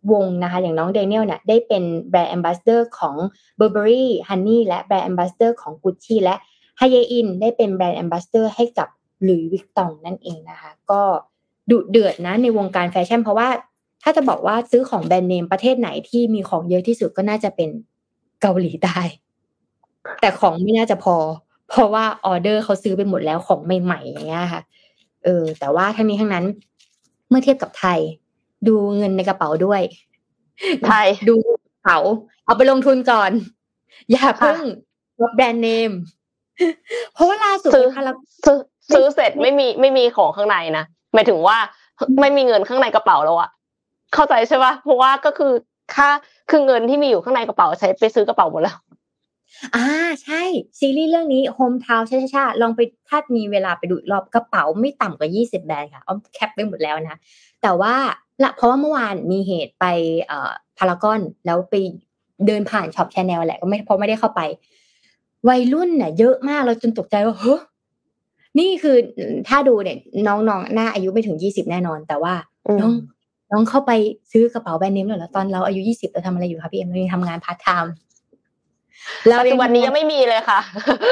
วงนะคะอย่างน้องเดเนียลเนี่ยได้เป็นแบรนด์แอมบาสเดอร์ของ Burberry Honey และแบรนด์แอมบาสเดอร์ของ Gucci และ ฮ เย อินได้เป็นแบรนด์แอมบาสเดอร์ให้กับหลุยส์วิกตองนั่นเองนะคะก็ดุเดือดนะในวงการแฟชั่นเพราะว่าถ้าจะบอกว่าซื้อของแบรนด์เนมประเทศไหนที่มีของเยอะที่สุดก็น่าจะเป็นเกาหลีใต้แต่ของไม่น่าจะพอเพราะว่าออเดอร์เขาซื้อไปหมดแล้วของใหม่ๆอย่างเงี้ยค่ะเออแต่ว่าทั้งนี้ทั้งนั้นเมื่อเทียบกับไทยดูเงินในกระเป๋าด้วยไทยดูกระเป๋าเอาไปลงทุนก่อนอย่าเพิ่งรับแบรนด์เนมเพราะว่าล่าสุดซื้อซื้อซื้อเสร็จไม่มีไม่มีของข้างในนะหมายถึงว่าไม่มีเงินข้างในกระเป๋าแล้วอะเข้าใจใช่ป่ะเพราะว่าก็คือค่าคือเงินที่มีอยู่ข้างในกระเป๋าใช้ไปซื้อกระเป๋าหมดแล้วอ่าใช่ซีรีส์เรื่องนี้ Home Town ช้าๆลองไปถ้ามีเวลาไปดูรอบกระเป๋าไม่ต่ำกว่ายี่สิบแบรนด์ค่ะอ้อมแคปไว้หมดแล้วนะแต่ว่าละเพราะว่าเมื่อวานมีเหตุไปเอ่อพารากอนแล้วไปเดินผ่านช็อป Chanel แหละก็ไม่เพราะไม่ได้เข้าไปวัยรุ่นน่ะเยอะมากเราจนตกใจว่าเฮ้ยนี่คือถ้าดูเนี่ยน้องๆหน้าอายุไม่ถึงยี่สิบแน่นอนแต่ว่าน้องน้องเข้าไปซื้อกระเป๋าแบรนด์เนมแล้วเหรอตอนเราอายุยี่สิบเราทำอะไรอยู่คะพี่เอ็มเรายังทำงานพาร์ทไทม์ปัจจุบันนี้ยังไม่มีเลยค่ะ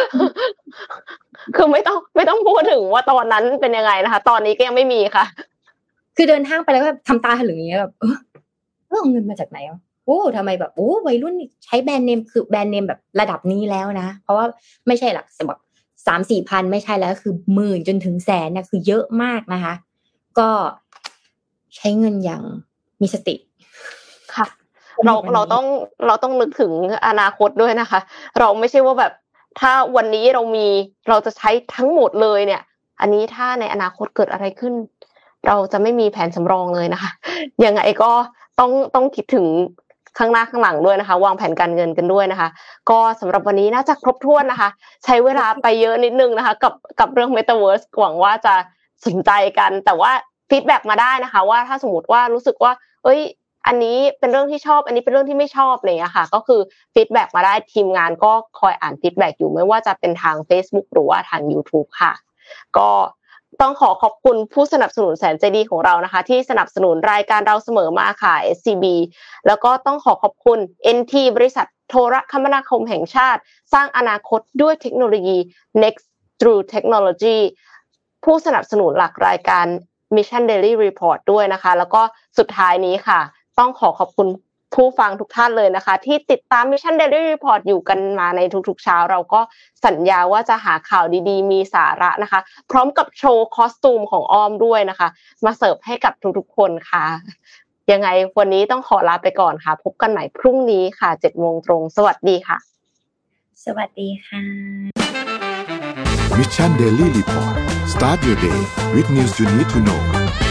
คือไม่ต้องไม่ต้องพูดถึงว่าตอนนั้นเป็นยังไงนะคะตอนนี้ก็ยังไม่มีค่ะคือเดินห้างไปแล้วก็ทำตาถลึงอย่างเงี้ยแบบเออเอาเงินมาจากไหนอ่ะโอ้ทำไมแบบโอ้วัยรุ่นใช้แบรนด์เนมคือแบรนด์เนมแบบระดับนี้แล้วนะเพราะว่าไม่ใช่หลักแบบ สามสี่พัน ไม่ใช่แล้วคือหมื่นจนถึงแสนเนี่ยคือเยอะมากนะคะก็ใช้เงินอย่างมีสติค่ะเราเราต้องเราต้องนึกถึงอนาคตด้วยนะคะเราไม่ใช่ว่าแบบถ้าวันนี้เรามีเราจะใช้ทั้งหมดเลยเนี่ยอันนี้ถ้าในอนาคตเกิดอะไรขึ้นเราจะไม่มีแผนสำรองเลยนะคะยังไงก็ต้องต้องคิดถึงข้างหน้าข้างหลังด้วยนะคะวางแผนการเงินกันด้วยนะคะก็สำหรับวันนี้น่าจะครบถ้วนนะคะใช้เวลาไปเยอะนิดนึงนะคะกับกับเรื่อง Metaverse หวังว่าจะสนใจกันแต่ว่าฟีดแบ็กมาได้นะคะว่าถ้าสมมติว่ารู้สึกว่าเอ้ยอันนี้เป็นเรื่องที่ชอบอันนี้เป็นเรื่องที่ไม่ชอบอะไรอย่างเงี้ยค่ะก็คือฟีดแบ็กมาได้ทีมงานก็คอยอ่านฟีดแบ็กอยู่ไม่ว่าจะเป็นทาง Facebook หรือว่าทาง YouTube ค่ะก็ต้องขอขอบคุณผู้สนับสนุนแสนใจดีของเรานะคะที่สนับสนุนรายการเราเสมอมาค่ะ เอส ซี บี แล้วก็ต้องขอขอบคุณ เอ็น ที บริษัทโทรคมนาคมแห่งชาติสร้างอนาคตด้วยเทคโนโลยี Next Through Technology ผู้สนับสนุนหลักรายการ Mission Daily Report ด้วยนะคะแล้วก็สุดท้ายนี้ค่ะต้องขอขอบคุณผู้ฟังทุกท่านเลยนะคะที่ติดตาม Mission Daily Report อยู่กันมาในทุกๆเช้าเราก็สัญญาว่าจะหาข่าวดีๆมีสาระนะคะพร้อมกับโชว์คอสตูมของอ้อมด้วยนะคะมาเสิร์ฟให้กับทุกๆคนค่ะยังไงวันนี้ต้องขอลาไปก่อนค่ะพบกันใหม่พรุ่งนี้ค่ะ เจ็ดโมง ตรงสวัสดีค่ะสวัสดีค่ะ Mission Daily Report Start your day with news you need to know